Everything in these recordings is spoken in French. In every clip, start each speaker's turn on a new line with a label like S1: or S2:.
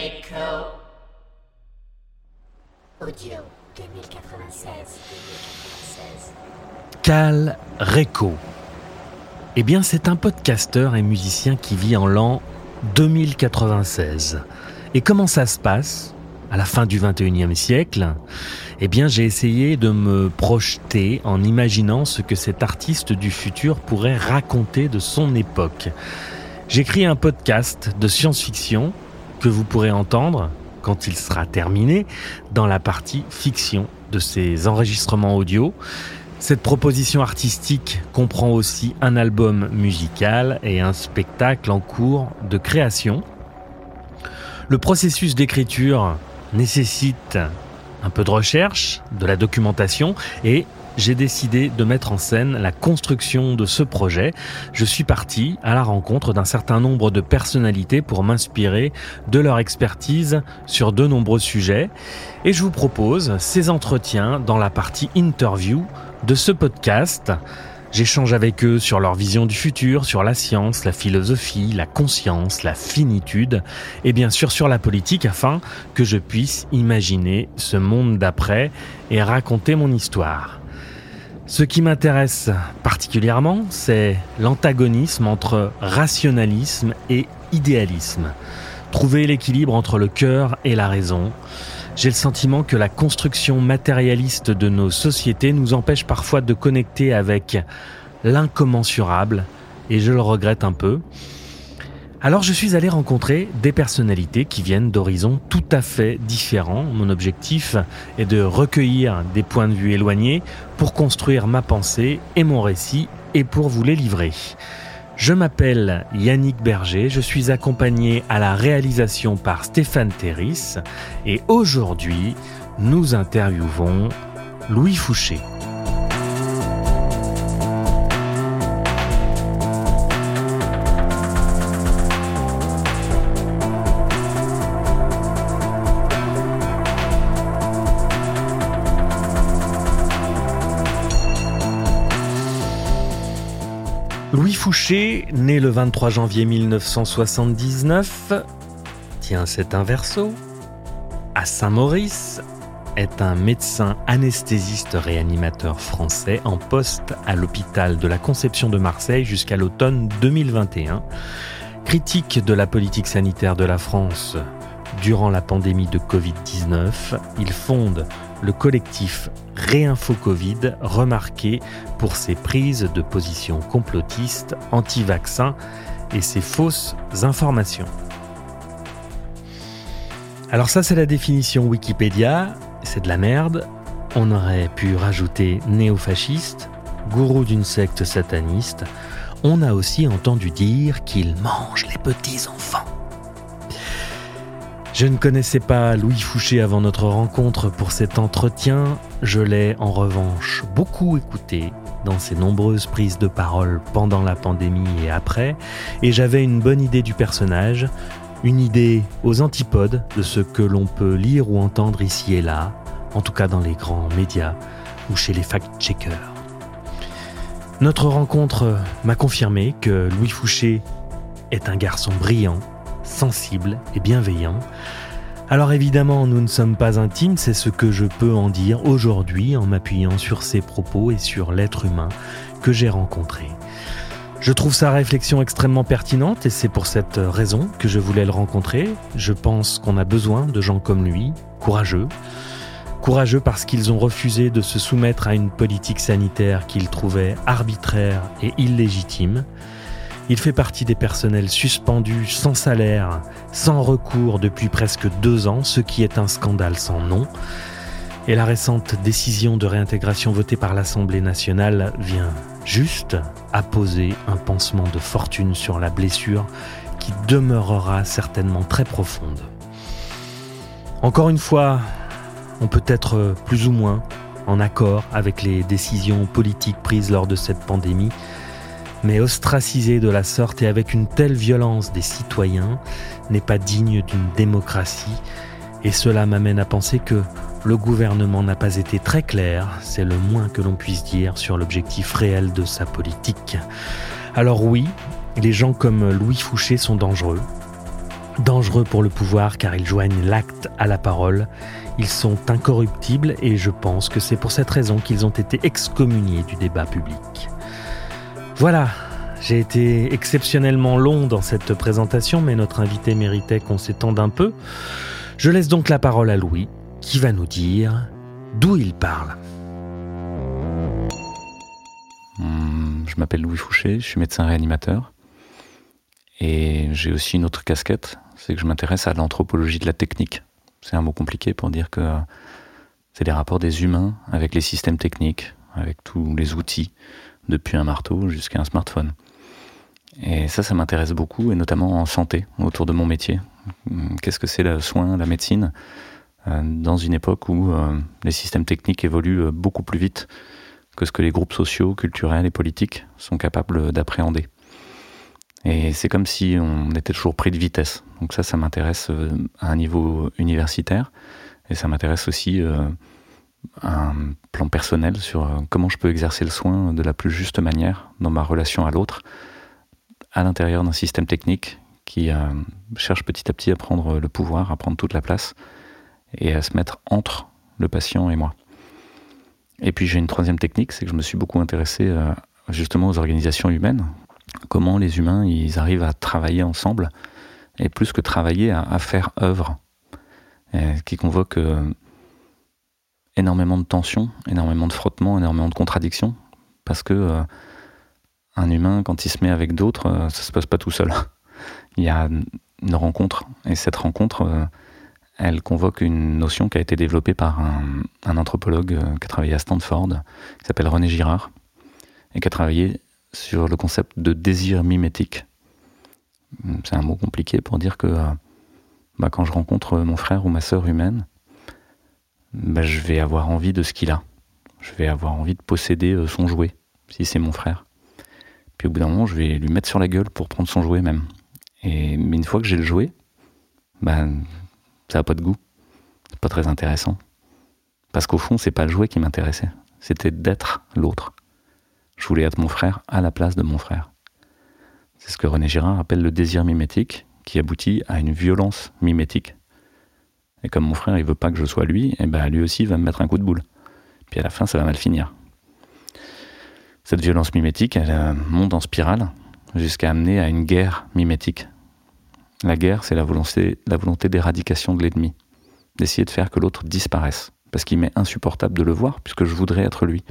S1: Reco. Audio 2096.
S2: Cal Reco. Eh bien, c'est un podcasteur et musicien qui vit en l'an 2096. Et comment ça se passe à la fin du 21e siècle ? Eh bien, j'ai essayé de me projeter en imaginant ce que cet artiste du futur pourrait raconter de son époque. J'écris un podcast de science-fiction que vous pourrez entendre, quand il sera terminé, dans la partie fiction de ces enregistrements audio. Cette proposition artistique comprend aussi un album musical et un spectacle en cours de création. Le processus d'écriture nécessite un peu de recherche, de la documentation, et j'ai décidé de mettre en scène la construction de ce projet. Je suis parti à la rencontre d'un certain nombre de personnalités pour m'inspirer de leur expertise sur de nombreux sujets. Et je vous propose ces entretiens dans la partie interview de ce podcast. J'échange avec eux sur leur vision du futur, sur la science, la philosophie, la conscience, la finitude et bien sûr sur la politique afin que je puisse imaginer ce monde d'après et raconter mon histoire. Ce qui m'intéresse particulièrement, c'est l'antagonisme entre rationalisme et idéalisme. Trouver l'équilibre entre le cœur et la raison. J'ai le sentiment que la construction matérialiste de nos sociétés nous empêche parfois de connecter avec l'incommensurable, et je le regrette un peu. Alors je suis allé rencontrer des personnalités qui viennent d'horizons tout à fait différents. Mon objectif est de recueillir des points de vue éloignés pour construire ma pensée et mon récit et pour vous les livrer. Je m'appelle Yannick Berger, je suis accompagné à la réalisation par Stéphane Terris et aujourd'hui, nous interviewons Louis Fouché. Louis Fouché, né le 23 janvier 1979, tiens, c'est un verso, à Saint-Maurice, est un médecin anesthésiste réanimateur français en poste à l'hôpital de la Conception de Marseille jusqu'à l'automne 2021. Critique de la politique sanitaire de la France durant la pandémie de Covid-19, il fonde le collectif Réinfo Covid, remarqué pour ses prises de position complotistes, anti-vaccins et ses fausses informations. Alors ça, c'est la définition Wikipédia, c'est de la merde. On aurait pu rajouter néofasciste, gourou d'une secte sataniste. On a aussi entendu dire qu'il mange les petits enfants. Je ne connaissais pas Louis Fouché avant notre rencontre pour cet entretien. Je l'ai en revanche beaucoup écouté dans ses nombreuses prises de parole pendant la pandémie et après, et j'avais une bonne idée du personnage, une idée aux antipodes de ce que l'on peut lire ou entendre ici et là, en tout cas dans les grands médias ou chez les fact-checkers. Notre rencontre m'a confirmé que Louis Fouché est un garçon brillant, sensible et bienveillant. Alors évidemment, nous ne sommes pas intimes, c'est ce que je peux en dire aujourd'hui en m'appuyant sur ses propos et sur l'être humain que j'ai rencontré. Je trouve sa réflexion extrêmement pertinente et c'est pour cette raison que je voulais le rencontrer. Je pense qu'on a besoin de gens comme lui, courageux. Courageux parce qu'ils ont refusé de se soumettre à une politique sanitaire qu'ils trouvaient arbitraire et illégitime. Il fait partie des personnels suspendus sans salaire, sans recours depuis presque 2 ans, ce qui est un scandale sans nom. Et la récente décision de réintégration votée par l'Assemblée nationale vient juste apposer un pansement de fortune sur la blessure qui demeurera certainement très profonde. Encore une fois, on peut être plus ou moins en accord avec les décisions politiques prises lors de cette pandémie, mais ostraciser de la sorte et avec une telle violence des citoyens n'est pas digne d'une démocratie. Et cela m'amène à penser que le gouvernement n'a pas été très clair, c'est le moins que l'on puisse dire, sur l'objectif réel de sa politique. Alors oui, les gens comme Louis Fouché sont dangereux. Dangereux pour le pouvoir car ils joignent l'acte à la parole. Ils sont incorruptibles et je pense que c'est pour cette raison qu'ils ont été excommuniés du débat public. Voilà, j'ai été exceptionnellement long dans cette présentation, mais notre invité méritait qu'on s'étende un peu. Je laisse donc la parole à Louis, qui va nous dire d'où il parle.
S3: Je m'appelle Louis Fouché, je suis médecin réanimateur. Et j'ai aussi une autre casquette, c'est que je m'intéresse à l'anthropologie de la technique. C'est un mot compliqué pour dire que c'est les rapports des humains avec les systèmes techniques, avec tous les outils, depuis un marteau jusqu'à un smartphone. Et ça m'intéresse beaucoup, et notamment en santé, autour de mon métier. Qu'est-ce que c'est le soin, la médecine, dans une époque où les systèmes techniques évoluent beaucoup plus vite que ce que les groupes sociaux, culturels et politiques sont capables d'appréhender. Et c'est comme si on était toujours pris de vitesse. Donc ça m'intéresse à un niveau universitaire, et ça m'intéresse aussi à un plan personnel sur comment je peux exercer le soin de la plus juste manière dans ma relation à l'autre, à l'intérieur d'un système technique qui cherche petit à petit à prendre le pouvoir, à prendre toute la place et à se mettre entre le patient et moi. Et puis j'ai une troisième technique, c'est que je me suis beaucoup intéressé justement aux organisations humaines. Comment les humains ils arrivent à travailler ensemble, et plus que travailler, à faire œuvre, qui convoque énormément de tensions, énormément de frottements, énormément de contradictions, parce que un humain, quand il se met avec d'autres, ça se passe pas tout seul. Il y a une rencontre, et cette rencontre, elle convoque une notion qui a été développée par un anthropologue qui a travaillé à Stanford, qui s'appelle René Girard, et qui a travaillé sur le concept de désir mimétique. C'est un mot compliqué pour dire que quand je rencontre mon frère ou ma sœur humaine, je vais avoir envie de ce qu'il a. Je vais avoir envie de posséder son jouet, si c'est mon frère. Puis au bout d'un moment, je vais lui mettre sur la gueule pour prendre son jouet même. Mais une fois que j'ai le jouet, ça n'a pas de goût. C'est pas très intéressant. Parce qu'au fond, c'est pas le jouet qui m'intéressait. C'était d'être l'autre. Je voulais être mon frère à la place de mon frère. C'est ce que René Girard appelle le désir mimétique, qui aboutit à une violence mimétique. Et comme mon frère, il veut pas que je sois lui, lui aussi, il va me mettre un coup de boule. Puis à la fin, ça va mal finir. Cette violence mimétique, elle monte en spirale jusqu'à amener à une guerre mimétique. La guerre, c'est la volonté d'éradication de l'ennemi, d'essayer de faire que l'autre disparaisse, parce qu'il m'est insupportable de le voir, puisque je voudrais être lui.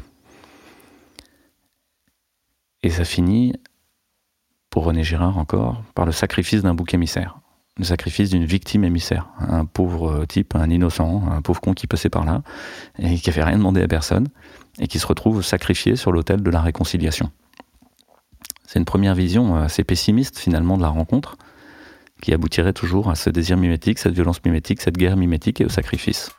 S3: Et ça finit, pour René Girard encore, par le sacrifice d'un bouc émissaire. Le sacrifice d'une victime émissaire. Un pauvre type, un innocent, un pauvre con qui passait par là, et qui n'avait rien demandé à personne, et qui se retrouve sacrifié sur l'autel de la réconciliation. C'est une première vision assez pessimiste, finalement, de la rencontre, qui aboutirait toujours à ce désir mimétique, cette violence mimétique, cette guerre mimétique et au sacrifice.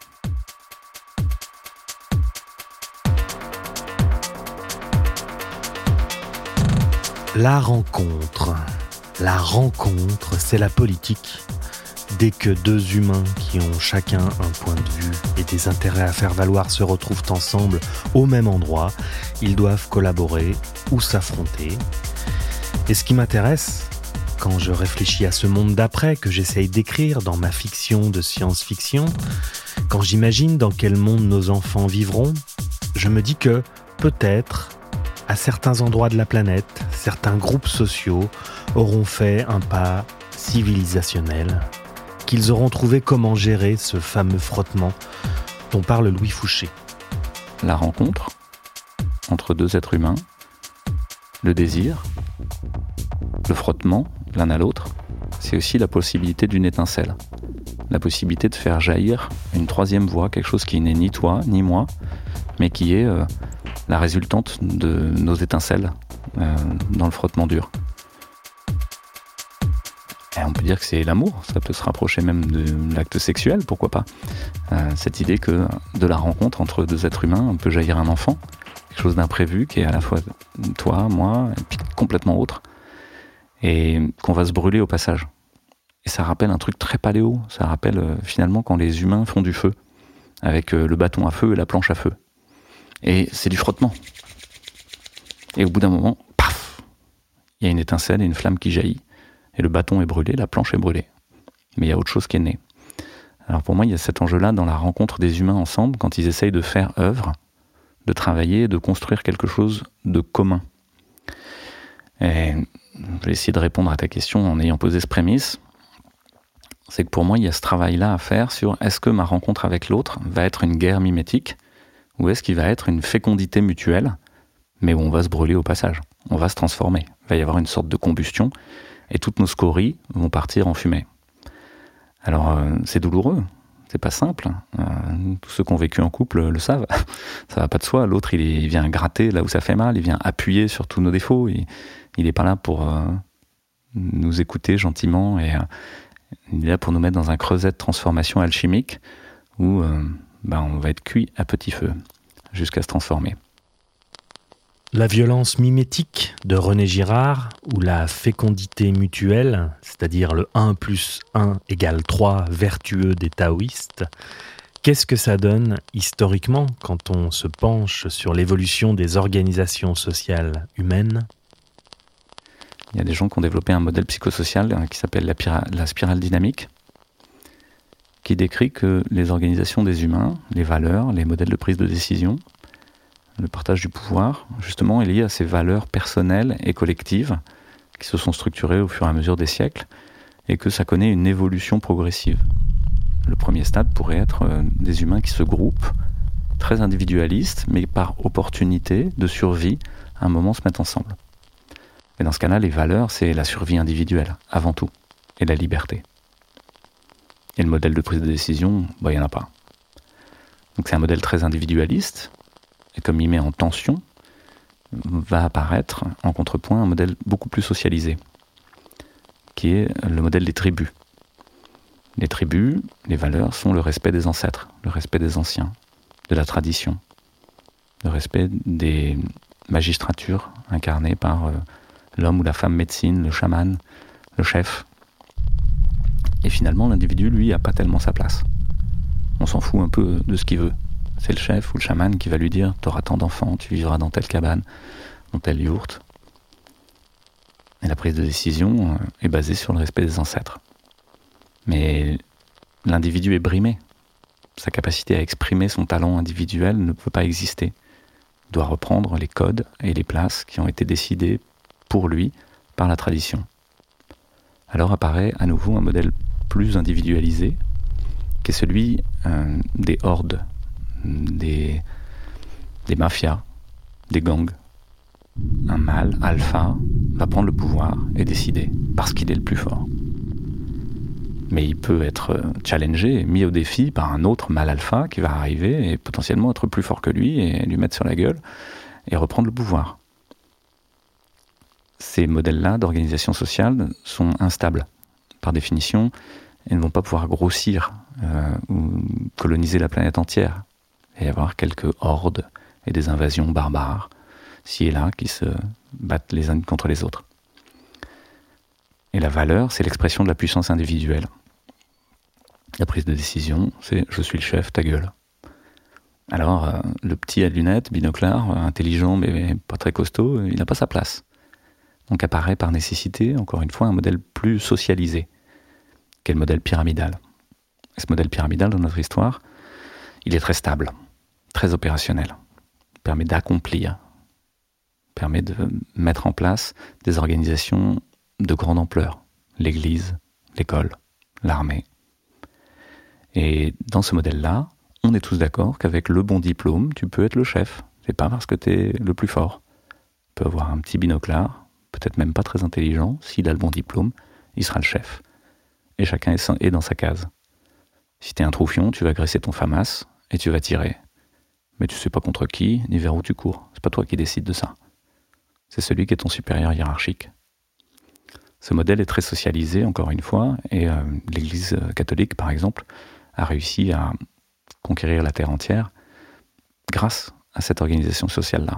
S2: La rencontre, c'est la politique. Dès que deux humains qui ont chacun un point de vue et des intérêts à faire valoir se retrouvent ensemble au même endroit, ils doivent collaborer ou s'affronter. Et ce qui m'intéresse, quand je réfléchis à ce monde d'après que j'essaye d'écrire dans ma fiction de science-fiction, quand j'imagine dans quel monde nos enfants vivront, je me dis que peut-être, à certains endroits de la planète, certains groupes sociaux auront fait un pas civilisationnel, qu'ils auront trouvé comment gérer ce fameux frottement dont parle Louis Fouché.
S3: La rencontre entre deux êtres humains, le désir, le frottement l'un à l'autre, c'est aussi la possibilité d'une étincelle, la possibilité de faire jaillir une troisième voie, quelque chose qui n'est ni toi ni moi, mais qui est la résultante de nos étincelles dans le frottement dur. Et on peut dire que c'est l'amour, ça peut se rapprocher même de l'acte sexuel, pourquoi pas. Cette idée que de la rencontre entre deux êtres humains, on peut jaillir un enfant, quelque chose d'imprévu qui est à la fois toi, moi, et puis complètement autre, et qu'on va se brûler au passage. Et ça rappelle un truc très paléo, ça rappelle finalement quand les humains font du feu, avec le bâton à feu et la planche à feu. Et c'est du frottement. Et au bout d'un moment, paf, il y a une étincelle et une flamme qui jaillit. Et le bâton est brûlé, la planche est brûlée. mais il y a autre chose qui est né. Alors pour moi, il y a cet enjeu-là dans la rencontre des humains ensemble, quand ils essayent de faire œuvre, de travailler, de construire quelque chose de commun. Et je vais essayer de répondre à ta question en ayant posé ce prémisse. C'est que pour moi, il y a ce travail-là à faire sur est-ce que ma rencontre avec l'autre va être une guerre mimétique ou est-ce qu'il va être une fécondité mutuelle, mais où on va se brûler au passage, on va se transformer, il va y avoir une sorte de combustion et toutes nos scories vont partir en fumée. Alors c'est douloureux, c'est pas simple, tous ceux qui ont vécu en couple le savent, ça va pas de soi, l'autre il vient gratter là où ça fait mal, il vient appuyer sur tous nos défauts, il est pas là pour nous écouter gentiment et il est là pour nous mettre dans un creuset de transformation alchimique où on va être cuit à petit feu jusqu'à se transformer.
S2: La violence mimétique de René Girard ou la fécondité mutuelle, c'est-à-dire le 1 plus 1 égale 3 vertueux des taoïstes, qu'est-ce que ça donne historiquement quand on se penche sur l'évolution des organisations sociales humaines ?
S3: Il y a des gens qui ont développé un modèle psychosocial qui s'appelle la spirale dynamique, qui décrit que les organisations des humains, les valeurs, les modèles de prise de décision, le partage du pouvoir, justement, est lié à ces valeurs personnelles et collectives qui se sont structurées au fur et à mesure des siècles et que ça connaît une évolution progressive. Le premier stade pourrait être des humains qui se groupent, très individualistes, mais par opportunité de survie, à un moment se mettent ensemble. Et dans ce cas-là, les valeurs, c'est la survie individuelle, avant tout, et la liberté. Et le modèle de prise de décision, il n'y en a pas. Donc c'est un modèle très individualiste, et comme il met en tension, va apparaître en contrepoint un modèle beaucoup plus socialisé, qui est le modèle des tribus. Les tribus, les valeurs sont le respect des ancêtres, le respect des anciens, de la tradition, le respect des magistratures incarnées par l'homme ou la femme médecine, le chaman, le chef. Et finalement, l'individu, lui, n'a pas tellement sa place. On s'en fout un peu de ce qu'il veut. C'est le chef ou le chaman qui va lui dire « t'auras tant d'enfants, tu vivras dans telle cabane, dans telle yourte ». Et la prise de décision est basée sur le respect des ancêtres. Mais l'individu est brimé. Sa capacité à exprimer son talent individuel ne peut pas exister. Il doit reprendre les codes et les places qui ont été décidés pour lui par la tradition. Alors apparaît à nouveau un modèle plus individualisé, qui est celui des hordes, des mafias, des gangs. Un mâle alpha va prendre le pouvoir et décider, parce qu'il est le plus fort. Mais il peut être challengé, mis au défi par un autre mâle alpha qui va arriver et potentiellement être plus fort que lui et lui mettre sur la gueule et reprendre le pouvoir. Ces modèles-là d'organisation sociale sont instables. Par définition, ils ne vont pas pouvoir grossir ou coloniser la planète entière. Il va y avoir quelques hordes et des invasions barbares, ci et là, qui se battent les uns contre les autres. Et la valeur, c'est l'expression de la puissance individuelle. La prise de décision, c'est « je suis le chef, ta gueule ». Alors, le petit à lunettes, binoclard, intelligent mais pas très costaud, il n'a pas sa place. Donc apparaît par nécessité, encore une fois, un modèle plus socialisé, qu'est le modèle pyramidal. Et ce modèle pyramidal, dans notre histoire, il est très stable, très opérationnel. Il permet d'accomplir, permet de mettre en place des organisations de grande ampleur. L'église, l'école, l'armée. Et dans ce modèle-là, on est tous d'accord qu'avec le bon diplôme, tu peux être le chef. C'est pas parce que tu es le plus fort. Tu peux avoir un petit binoclard, peut-être même pas très intelligent, s'il a le bon diplôme, il sera le chef. Et chacun est dans sa case. Si t'es un troufion, tu vas graisser ton FAMAS et tu vas tirer. Mais tu sais pas contre qui, ni vers où tu cours. C'est pas toi qui décides de ça. C'est celui qui est ton supérieur hiérarchique. Ce modèle est très socialisé, encore une fois, et l'Église catholique, par exemple, a réussi à conquérir la terre entière grâce à cette organisation sociale-là.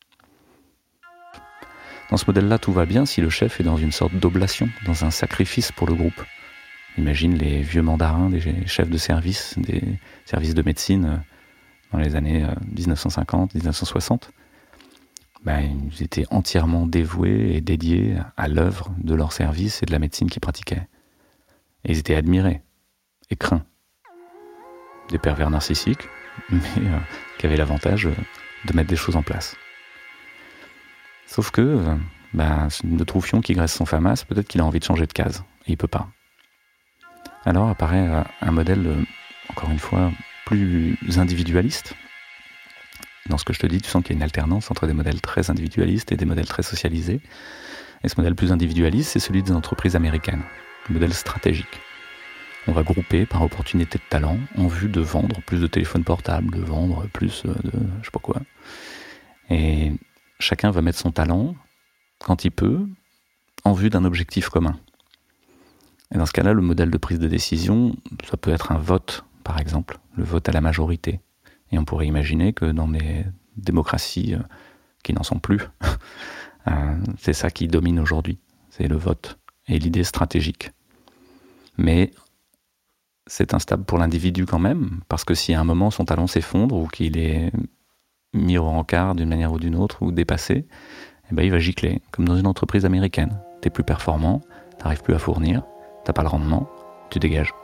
S3: Dans ce modèle-là, tout va bien si le chef est dans une sorte d'oblation, dans un sacrifice pour le groupe. Imagine les vieux mandarins, des chefs de service, des services de médecine dans les années 1950, 1960. Ils étaient entièrement dévoués et dédiés à l'œuvre de leur service et de la médecine qu'ils pratiquaient. Et ils étaient admirés et craints. Des pervers narcissiques, mais qui avaient l'avantage de mettre des choses en place. Sauf que, de Troufion qui graisse son FAMAS, peut-être qu'il a envie de changer de case, et il peut pas. Alors apparaît un modèle, encore une fois, plus individualiste. Dans ce que je te dis, tu sens qu'il y a une alternance entre des modèles très individualistes et des modèles très socialisés. Et ce modèle plus individualiste, c'est celui des entreprises américaines, le modèle stratégique. On va grouper par opportunité de talent en vue de vendre plus de téléphones portables, de vendre plus de je sais pas quoi. Et chacun va mettre son talent, quand il peut, en vue d'un objectif commun. Et dans ce cas-là, le modèle de prise de décision, ça peut être un vote, par exemple, le vote à la majorité. Et on pourrait imaginer que dans des démocraties qui n'en sont plus, c'est ça qui domine aujourd'hui, c'est le vote et l'idée stratégique. Mais c'est instable pour l'individu quand même, parce que si à un moment son talent s'effondre ou qu'il est mis au rencard d'une manière ou d'une autre ou dépassé, il va gicler, comme dans une entreprise américaine. T'es plus performant, t'arrives plus à fournir, t'as pas le rendement, tu dégages.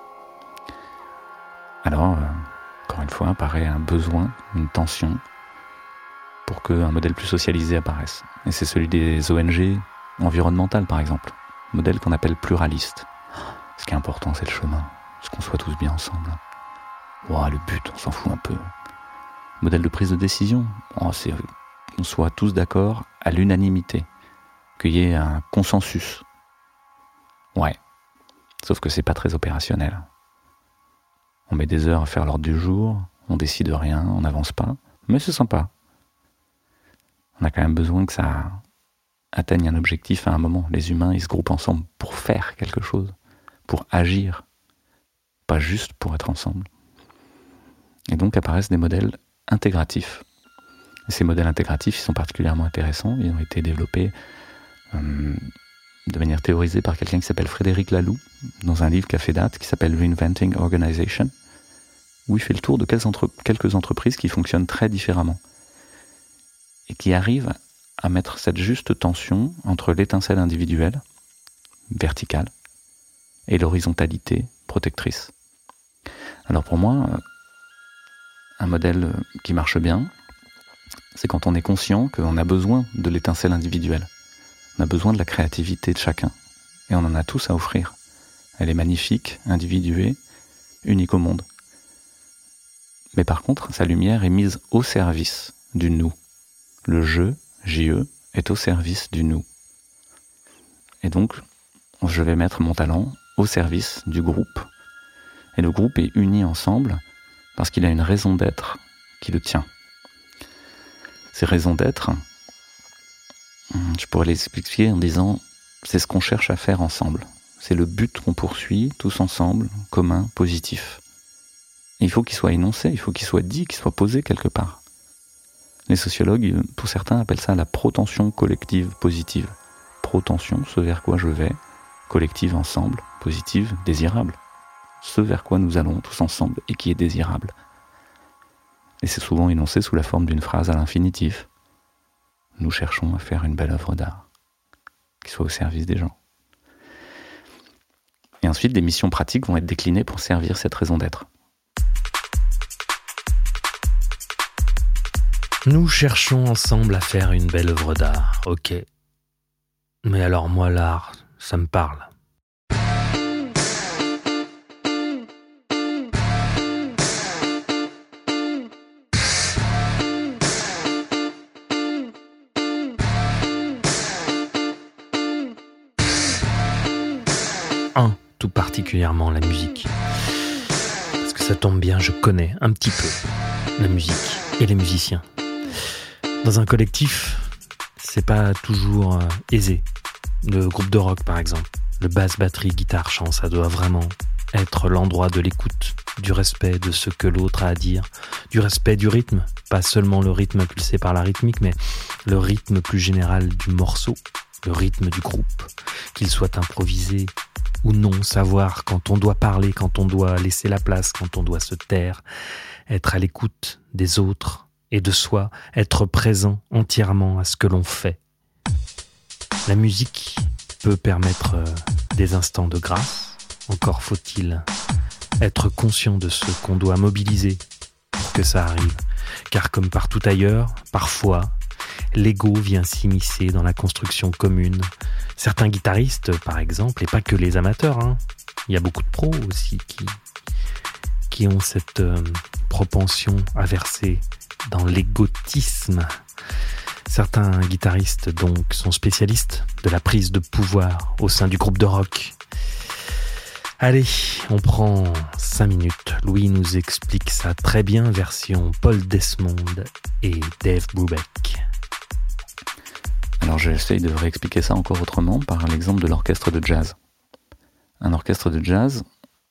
S3: Alors, encore une fois, apparaît un besoin, une tension, pour qu'un modèle plus socialisé apparaisse. Et c'est celui des ONG environnementales, par exemple. Modèle qu'on appelle pluraliste. Ce qui est important, c'est le chemin. C'est qu'on soit tous bien ensemble. Le but, on s'en fout un peu. Modèle de prise de décision. C'est qu'on soit tous d'accord à l'unanimité. Qu'il y ait un consensus. Ouais. Sauf que c'est pas très opérationnel. On met des heures à faire l'ordre du jour, on décide rien, on n'avance pas. Mais c'est sympa. On a quand même besoin que ça atteigne un objectif à un moment. Les humains, ils se groupent ensemble pour faire quelque chose, pour agir, pas juste pour être ensemble. Et donc apparaissent des modèles intégratifs. Et ces modèles intégratifs, ils sont particulièrement intéressants. Ils ont été développés de manière théorisée par quelqu'un qui s'appelle Frédéric Laloux, dans un livre qui a fait date, qui s'appelle Reinventing Organization, où il fait le tour de quelques entreprises qui fonctionnent très différemment et qui arrivent à mettre cette juste tension entre l'étincelle individuelle, verticale, et l'horizontalité protectrice. Alors pour moi, un modèle qui marche bien, c'est quand on est conscient qu'on a besoin de l'étincelle individuelle. On a besoin de la créativité de chacun. Et on en a tous à offrir. Elle est magnifique, individuée, unique au monde. Mais par contre, sa lumière est mise au service du nous. Le je, J-E, est au service du nous. Et donc, je vais mettre mon talent au service du groupe. Et le groupe est uni ensemble parce qu'il a une raison d'être qui le tient. Ces raisons d'être, je pourrais les expliquer en disant, c'est ce qu'on cherche à faire ensemble. C'est le but qu'on poursuit tous ensemble, commun, positif. Et il faut qu'il soit énoncé, il faut qu'il soit dit, qu'il soit posé quelque part. Les sociologues, pour certains, appellent ça la protension collective positive. Protension, ce vers quoi je vais, collective ensemble, positive, désirable. Ce vers quoi nous allons tous ensemble et qui est désirable. Et c'est souvent énoncé sous la forme d'une phrase à l'infinitif. Nous cherchons à faire une belle œuvre d'art, qui soit au service des gens. Et ensuite, des missions pratiques vont être déclinées pour servir cette raison d'être.
S2: Nous cherchons ensemble à faire une belle œuvre d'art, ok. Mais alors moi, l'art, ça me parle. Tout particulièrement la musique. Parce que ça tombe bien, je connais un petit peu la musique et les musiciens. Dans un collectif, c'est pas toujours aisé. Le groupe de rock, par exemple, le basse, batterie, guitare, chant, ça doit vraiment être l'endroit de l'écoute, du respect de ce que l'autre a à dire, du respect du rythme, pas seulement le rythme impulsé par la rythmique, mais le rythme plus général du morceau, le rythme du groupe, qu'il soit improvisé ou non, savoir quand on doit parler, quand on doit laisser la place, quand on doit se taire, être à l'écoute des autres et de soi, être présent entièrement à ce que l'on fait. La musique peut permettre des instants de grâce, encore faut-il être conscient de ce qu'on doit mobiliser pour que ça arrive. Car comme partout ailleurs, parfois, l'ego vient s'immiscer dans la construction commune. Certains guitaristes, par exemple, et pas que les amateurs, il y a beaucoup de pros aussi qui ont cette propension à verser dans l'égotisme. Certains guitaristes donc sont spécialistes de la prise de pouvoir au sein du groupe de rock. Allez, on prend 5 minutes. Louis nous explique ça très bien, version Paul Desmond et Dave Brubeck.
S3: Alors j'essaye de réexpliquer ça encore autrement par l'exemple de l'orchestre de jazz. Un orchestre de jazz,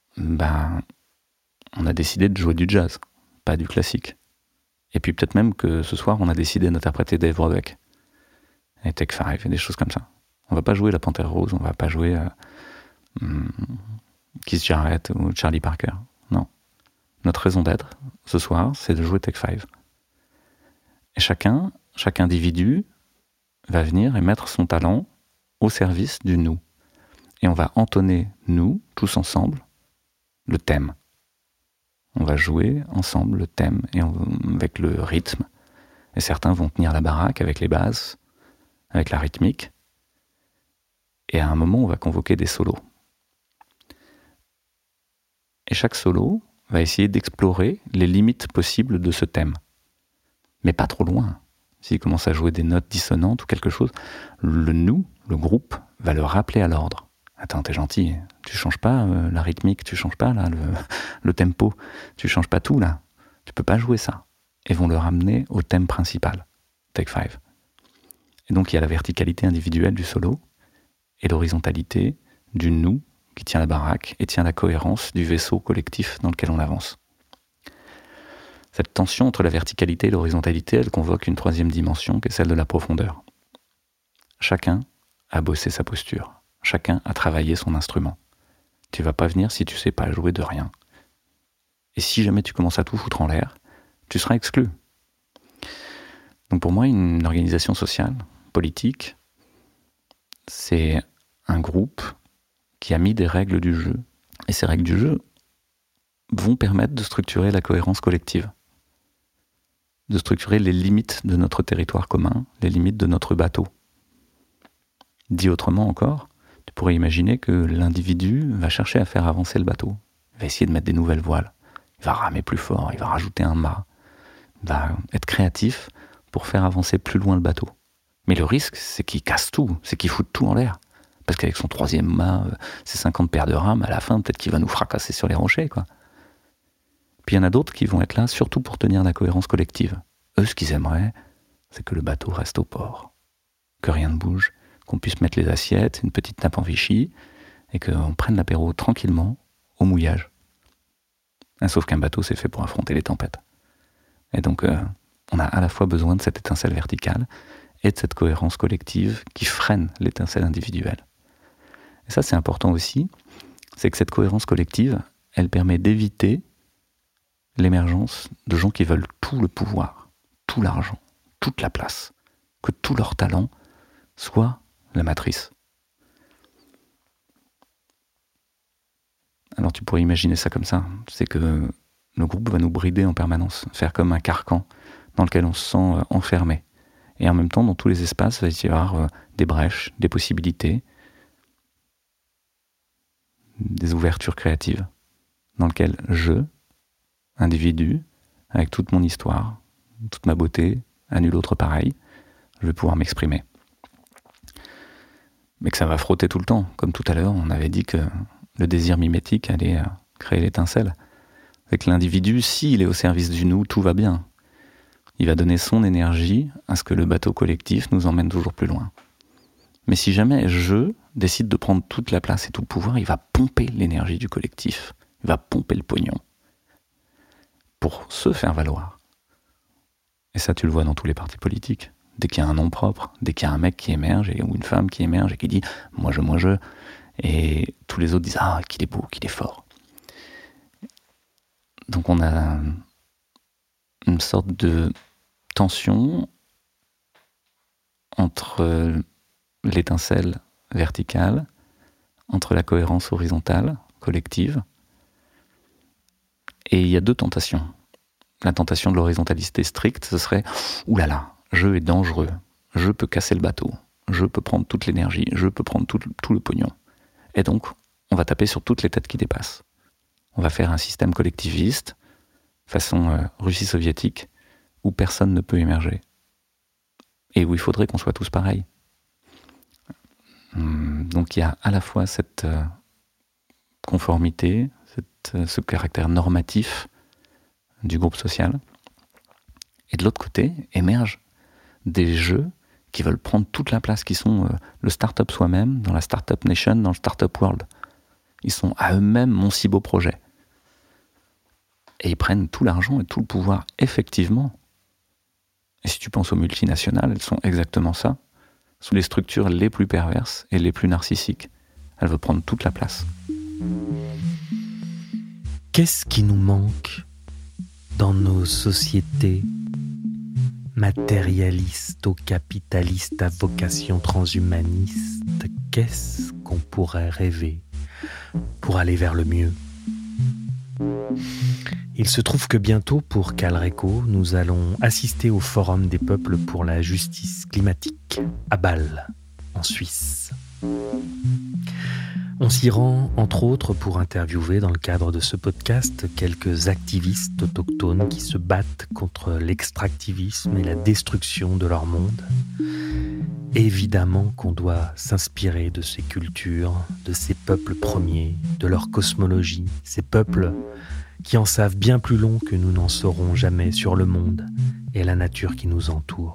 S3: on a décidé de jouer du jazz, pas du classique. Et puis peut-être même que ce soir, on a décidé d'interpréter Dave Brubeck et Take 5 et des choses comme ça. On va pas jouer la Panthère Rose, on va pas jouer Keith Jarrett ou Charlie Parker. Non. Notre raison d'être, ce soir, c'est de jouer Take 5. Et chaque individu va venir et mettre son talent au service du nous. Et on va entonner, nous, tous ensemble, le thème. On va jouer ensemble le thème et avec le rythme. Et certains vont tenir la baraque avec les basses, avec la rythmique. Et à un moment, on va convoquer des solos. Et chaque solo va essayer d'explorer les limites possibles de ce thème. Mais pas trop loin. S'il commence à jouer des notes dissonantes ou quelque chose, le nous, le groupe, va le rappeler à l'ordre. Attends, t'es gentil, tu changes pas la rythmique, tu changes pas là, le tempo, tu changes pas tout là, tu peux pas jouer ça. Et vont le ramener au thème principal, Take 5. Et donc il y a la verticalité individuelle du solo et l'horizontalité du nous qui tient la baraque et tient la cohérence du vaisseau collectif dans lequel on avance. Cette tension entre la verticalité et l'horizontalité, elle convoque une troisième dimension qui est celle de la profondeur. Chacun a bossé sa posture. Chacun a travaillé son instrument. Tu vas pas venir si tu sais pas jouer de rien. Et si jamais tu commences à tout foutre en l'air, tu seras exclu. Donc pour moi, une organisation sociale, politique, c'est un groupe qui a mis des règles du jeu. Et ces règles du jeu vont permettre de structurer la cohérence collective, de structurer les limites de notre territoire commun, les limites de notre bateau. Dit autrement encore, tu pourrais imaginer que l'individu va chercher à faire avancer le bateau. Il va essayer de mettre des nouvelles voiles. Il va ramer plus fort, il va rajouter un mât. Il va être créatif pour faire avancer plus loin le bateau. Mais le risque, c'est qu'il casse tout, c'est qu'il foute tout en l'air. Parce qu'avec son troisième mât, ses 50 paires de rames, à la fin, peut-être qu'il va nous fracasser sur les rochers, quoi. Puis il y en a d'autres qui vont être là surtout pour tenir la cohérence collective. Eux, ce qu'ils aimeraient, c'est que le bateau reste au port. Que rien ne bouge, qu'on puisse mettre les assiettes, une petite nappe en Vichy, et qu'on prenne l'apéro tranquillement au mouillage. Sauf qu'un bateau, c'est fait pour affronter les tempêtes. Et donc, on a à la fois besoin de cette étincelle verticale et de cette cohérence collective qui freine l'étincelle individuelle. Et ça, c'est important aussi, c'est que cette cohérence collective, elle permet d'éviter l'émergence de gens qui veulent tout le pouvoir, tout l'argent, toute la place, que tout leur talent soit la matrice. Alors tu pourrais imaginer ça comme ça, c'est que le groupe va nous brider en permanence, faire comme un carcan dans lequel on se sent enfermé. Et en même temps, dans tous les espaces, il va y avoir des brèches, des possibilités, des ouvertures créatives, dans lesquelles je, individu, avec toute mon histoire, toute ma beauté, à nul autre pareil, je vais pouvoir m'exprimer. Mais que ça va frotter tout le temps. Comme tout à l'heure, on avait dit que le désir mimétique allait créer l'étincelle. Avec l'individu, s'il est au service du nous, tout va bien. Il va donner son énergie à ce que le bateau collectif nous emmène toujours plus loin. Mais si jamais je décide de prendre toute la place et tout le pouvoir, il va pomper l'énergie du collectif. Il va pomper le pognon. Pour se faire valoir. Et ça, tu le vois dans tous les partis politiques. Dès qu'il y a un nom propre, dès qu'il y a un mec qui émerge ou une femme qui émerge et qui dit « moi je », et tous les autres disent « ah, qu'il est beau, qu'il est fort ». Donc on a une sorte de tension entre l'étincelle verticale, entre la cohérence horizontale, collective. Et il y a 2 tentations. La tentation de l'horizontalité stricte, ce serait « Ouh là là, je est dangereux, je peux casser le bateau, je peux prendre toute l'énergie, je peux prendre tout le pognon. » Et donc, on va taper sur toutes les têtes qui dépassent. On va faire un système collectiviste, façon Russie soviétique, où personne ne peut émerger. Et où il faudrait qu'on soit tous pareils. Donc il y a à la fois cette conformité, ce caractère normatif du groupe social, et de l'autre côté émergent des jeux qui veulent prendre toute la place, qui sont le start-up soi-même, dans la start-up nation, dans le start-up world. Ils sont à eux-mêmes mon si beau projet. Et ils prennent tout l'argent et tout le pouvoir, effectivement. Et si tu penses aux multinationales, elles sont exactement ça. Sous les structures les plus perverses et les plus narcissiques. Elles veulent prendre toute la place.
S2: Qu'est-ce qui nous manque dans nos sociétés matérialisto-capitalistes à vocation transhumaniste? Qu'est-ce qu'on pourrait rêver pour aller vers le mieux? Il se trouve que bientôt, pour Calreco, nous allons assister au Forum des peuples pour la justice climatique à Bâle, en Suisse. On s'y rend, entre autres, pour interviewer, dans le cadre de ce podcast, quelques activistes autochtones qui se battent contre l'extractivisme et la destruction de leur monde. Évidemment qu'on doit s'inspirer de ces cultures, de ces peuples premiers, de leur cosmologie, ces peuples qui en savent bien plus long que nous n'en saurons jamais sur le monde et la nature qui nous entoure.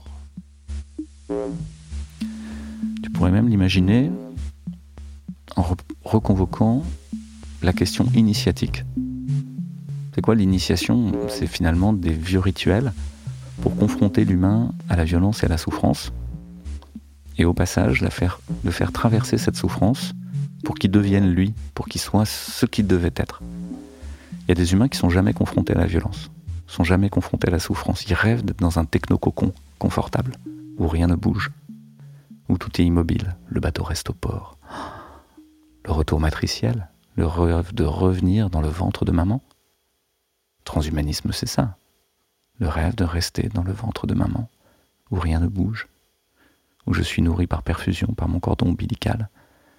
S3: Tu pourrais même l'imaginer en reconvoquant la question initiatique. C'est quoi l'initiation? C'est finalement des vieux rituels pour confronter l'humain à la violence et à la souffrance, et au passage de faire traverser cette souffrance pour qu'il devienne lui, pour qu'il soit ce qu'il devait être. Il y a des humains qui sont jamais confrontés à la violence, sont jamais confrontés à la souffrance. Ils rêvent d'être dans un techno-cocon confortable, où rien ne bouge, où tout est immobile, le bateau reste au port. Le retour matriciel, le rêve de revenir dans le ventre de maman. Transhumanisme, c'est ça. Le rêve de rester dans le ventre de maman, où rien ne bouge, où je suis nourri par perfusion, par mon cordon ombilical.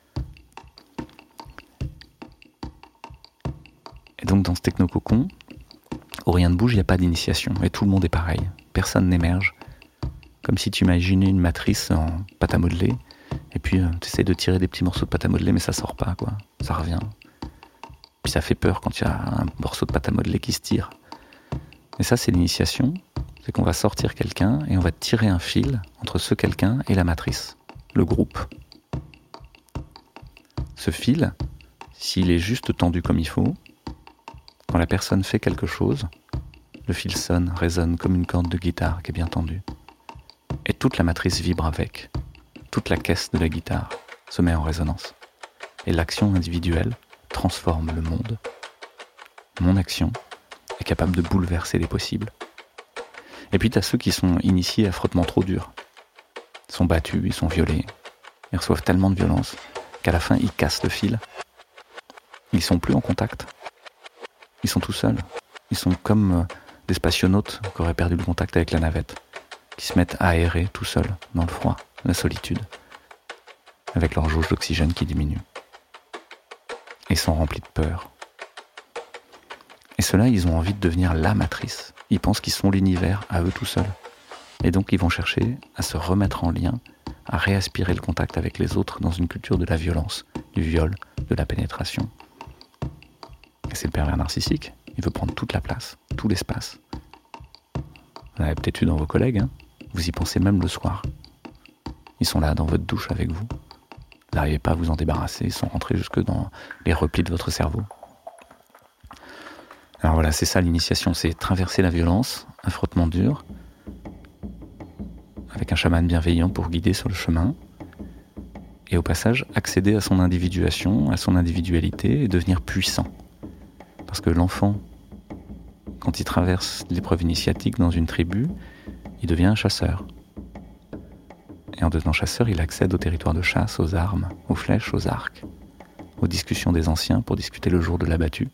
S3: Et donc dans ce techno-cocon, où rien ne bouge, il n'y a pas d'initiation, et tout le monde est pareil. Personne n'émerge. Comme si tu imaginais une matrice en pâte à modeler, et puis tu essaies de tirer des petits morceaux de pâte à modeler, mais ça sort pas, quoi. Ça revient. Puis ça fait peur quand il y a un morceau de pâte à modeler qui se tire. Et ça, c'est l'initiation. C'est qu'on va sortir quelqu'un et on va tirer un fil entre ce quelqu'un et la matrice, le groupe. Ce fil, s'il est juste tendu comme il faut, quand la personne fait quelque chose, le fil sonne, résonne comme une corde de guitare qui est bien tendue. Et toute la matrice vibre avec. Toute la caisse de la guitare se met en résonance. Et l'action individuelle transforme le monde. Mon action est capable de bouleverser les possibles. Et puis tu as ceux qui sont initiés à frottement trop dur. Ils sont battus, ils sont violés. Ils reçoivent tellement de violence qu'à la fin, ils cassent le fil. Ils sont plus en contact. Ils sont tout seuls. Ils sont comme des spationautes qui auraient perdu le contact avec la navette, qui se mettent à aérer tout seuls, dans le froid, la solitude, avec leur jauge d'oxygène qui diminue. Et sont remplis de peur. Et ceux-là, ils ont envie de devenir la matrice. Ils pensent qu'ils sont l'univers à eux tout seuls. Et donc ils vont chercher à se remettre en lien, à réaspirer le contact avec les autres dans une culture de la violence, du viol, de la pénétration. Et c'est le pervers narcissique. Il veut prendre toute la place, tout l'espace. Vous l'avez peut-être eu dans vos collègues, hein. Vous y pensez même le soir. Ils sont là dans votre douche avec vous. Vous n'arrivez pas à vous en débarrasser, ils sont rentrés jusque dans les replis de votre cerveau. Alors voilà, c'est ça l'initiation, c'est traverser la violence, un frottement dur, avec un chaman bienveillant pour guider sur le chemin, et au passage accéder à son individuation, à son individualité et devenir puissant. Parce que l'enfant, quand il traverse l'épreuve initiatique dans une tribu, il devient un chasseur. Et en devenant chasseur, il accède au territoire de chasse, aux armes, aux flèches, aux arcs, aux discussions des anciens pour discuter le jour de l'abattu.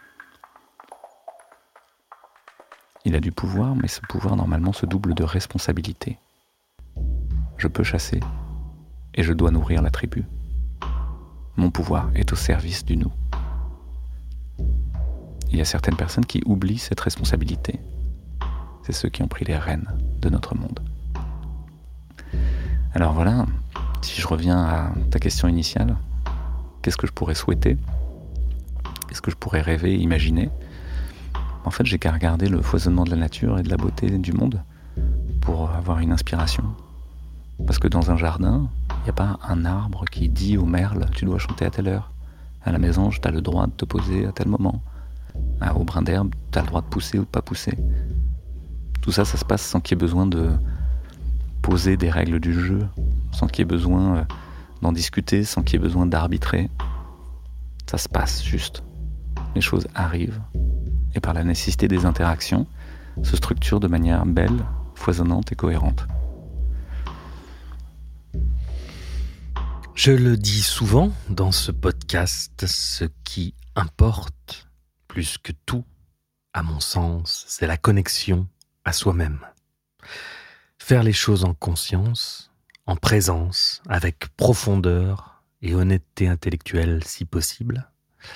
S3: Il a du pouvoir, mais ce pouvoir normalement se double de responsabilité. Je peux chasser et je dois nourrir la tribu. Mon pouvoir est au service du nous. Il y a certaines personnes qui oublient cette responsabilité. C'est ceux qui ont pris les rênes de notre monde. Alors voilà, si je reviens à ta question initiale, qu'est-ce que je pourrais souhaiter ? Qu'est-ce que je pourrais rêver, imaginer ? En fait, j'ai qu'à regarder le foisonnement de la nature et de la beauté du monde pour avoir une inspiration. Parce que dans un jardin, il n'y a pas un arbre qui dit au merle « tu dois chanter à telle heure ». À la mésange, tu as le droit de te poser à tel moment. Au brin d'herbe, tu as le droit de pousser ou de pas pousser. Tout ça, ça se passe sans qu'il y ait besoin de poser des règles du jeu, sans qu'il y ait besoin d'en discuter, sans qu'il y ait besoin d'arbitrer. Ça se passe juste. Les choses arrivent. Et par la nécessité des interactions, se structurent de manière belle, foisonnante et cohérente.
S2: Je le dis souvent dans ce podcast, ce qui importe plus que tout, à mon sens, c'est la connexion à soi-même. Faire les choses en conscience, en présence, avec profondeur et honnêteté intellectuelle si possible.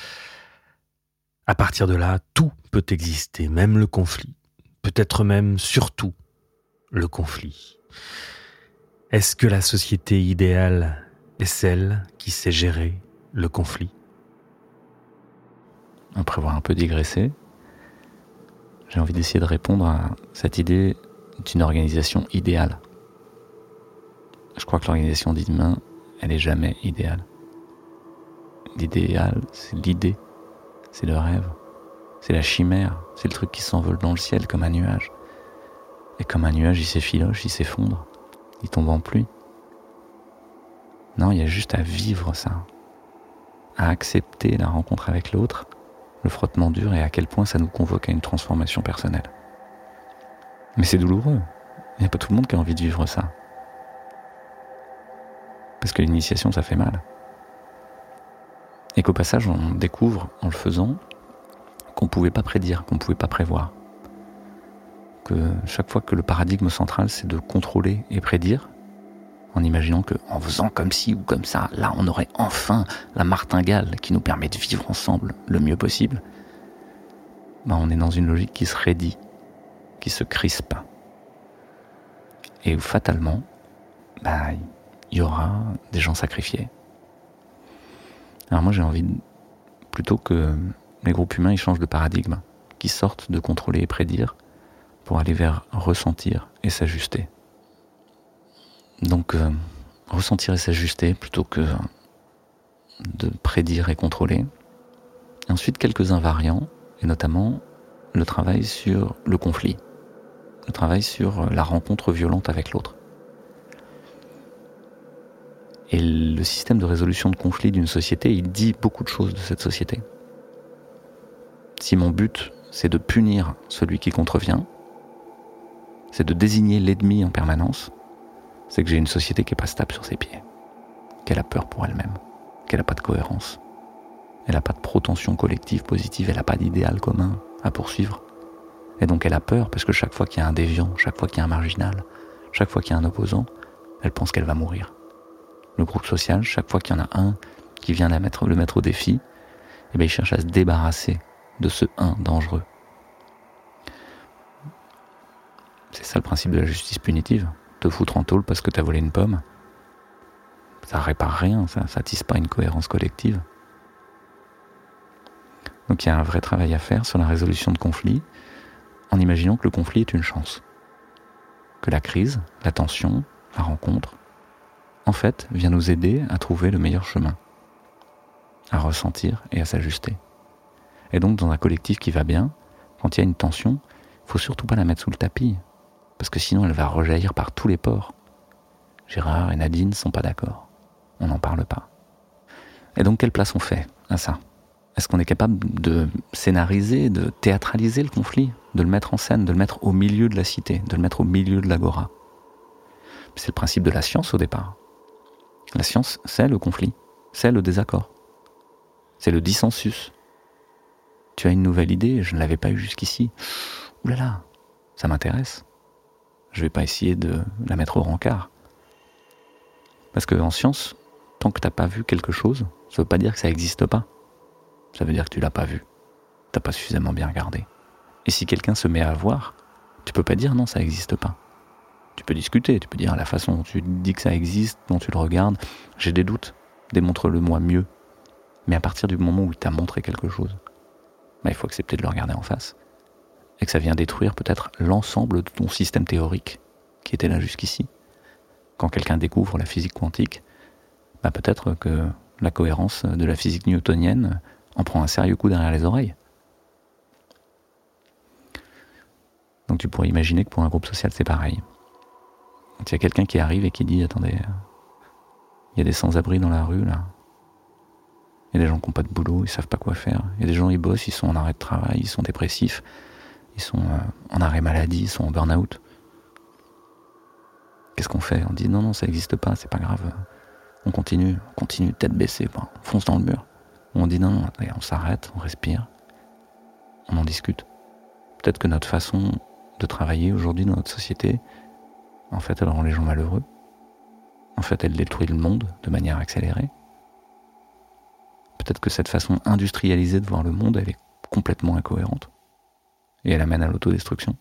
S2: À partir de là, tout peut exister, même le conflit. Peut-être même, surtout, le conflit. Est-ce que la société idéale est celle qui sait gérer le conflit ?
S3: Après avoir un peu digressé, j'ai envie d'essayer de répondre à cette idée d'une organisation idéale. Je crois que l'organisation d'humain, elle n'est jamais idéale. L'idéal, c'est l'idée, c'est le rêve, c'est la chimère, c'est le truc qui s'envole dans le ciel comme un nuage. Et comme un nuage, il s'effiloche, il s'effondre, il tombe en pluie. Non, il y a juste à vivre ça, à accepter la rencontre avec l'autre, le frottement dur et à quel point ça nous convoque à une transformation personnelle. Mais c'est douloureux. Il n'y a pas tout le monde qui a envie de vivre ça. Parce que l'initiation, ça fait mal. Et qu'au passage, on découvre, en le faisant, qu'on ne pouvait pas prédire, qu'on ne pouvait pas prévoir. Que chaque fois que le paradigme central, c'est de contrôler et prédire, en imaginant qu'en faisant comme ci ou comme ça, là, on aurait enfin la martingale qui nous permet de vivre ensemble le mieux possible, on est dans une logique qui se raidit, qui se crispe. Et où fatalement, il y aura des gens sacrifiés. Alors moi, j'ai envie, plutôt que les groupes humains ils changent de paradigme, qu'ils sortent de contrôler et prédire pour aller vers ressentir et s'ajuster. Donc, ressentir et s'ajuster plutôt que de prédire et contrôler. Et ensuite, quelques invariants, et notamment le travail sur le conflit, le travail sur la rencontre violente avec l'autre. Et le système de résolution de conflits d'une société, il dit beaucoup de choses de cette société. Si mon but, c'est de punir celui qui contrevient, c'est de désigner l'ennemi en permanence, c'est que j'ai une société qui n'est pas stable sur ses pieds, qu'elle a peur pour elle-même, qu'elle n'a pas de cohérence, elle n'a pas de protension collective positive, elle n'a pas d'idéal commun à poursuivre. Et donc elle a peur parce que chaque fois qu'il y a un déviant, chaque fois qu'il y a un marginal, chaque fois qu'il y a un opposant, elle pense qu'elle va mourir. Le groupe social, chaque fois qu'il y en a un qui vient le mettre au défi, il cherche à se débarrasser de ce un dangereux. C'est ça le principe de la justice punitive. Te foutre en tôle parce que t'as volé une pomme, ça répare rien, ça tisse pas une cohérence collective. Donc il y a un vrai travail à faire sur la résolution de conflits, en imaginant que le conflit est une chance. Que la crise, la tension, la rencontre, en fait, vient nous aider à trouver le meilleur chemin, à ressentir et à s'ajuster. Et donc dans un collectif qui va bien, quand il y a une tension, il faut surtout pas la mettre sous le tapis, parce que sinon elle va rejaillir par tous les pores. Gérard et Nadine ne sont pas d'accord. On n'en parle pas. Et donc quelle place on fait à ça ? Est-ce qu'on est capable de scénariser, de théâtraliser le conflit, de le mettre en scène, de le mettre au milieu de la cité, de le mettre au milieu de l'agora ? C'est le principe de la science au départ. La science, c'est le conflit, c'est le désaccord. C'est le dissensus. Tu as une nouvelle idée, je ne l'avais pas eue jusqu'ici. Ouh là là, ça m'intéresse. Je ne vais pas essayer de la mettre au rencard. Parce qu'en science, tant que tu n'as pas vu quelque chose, ça ne veut pas dire que ça n'existe pas. Ça veut dire que tu ne l'as pas vu. Tu n'as pas suffisamment bien regardé. Et si quelqu'un se met à voir, tu ne peux pas dire non, ça n'existe pas. Tu peux discuter, tu peux dire la façon dont tu dis que ça existe, dont tu le regardes, j'ai des doutes, démontre-le-moi mieux. Mais à partir du moment où il t'a montré quelque chose, il faut accepter de le regarder en face. Et que ça vient détruire peut-être l'ensemble de ton système théorique qui était là jusqu'ici. Quand quelqu'un découvre la physique quantique, peut-être que la cohérence de la physique newtonienne en prend un sérieux coup derrière les oreilles. Donc tu pourrais imaginer que pour un groupe social, c'est pareil. Quand il y a quelqu'un qui arrive et qui dit « Attendez, il y a des sans-abri dans la rue, là. Il y a des gens qui n'ont pas de boulot, ils savent pas quoi faire. Il y a des gens, ils bossent, ils sont en arrêt de travail, ils sont dépressifs, ils sont en arrêt maladie, ils sont en burn-out. Qu'est-ce qu'on fait ? On dit non, ça n'existe pas, c'est pas grave. On continue, tête baissée, on fonce dans le mur. On dit non, on s'arrête, on respire, on en discute. Peut-être que notre façon de travailler aujourd'hui dans notre société, en fait, elle rend les gens malheureux. En fait, elle détruit le monde de manière accélérée. Peut-être que cette façon industrialisée de voir le monde, elle est complètement incohérente. Et elle amène à l'autodestruction.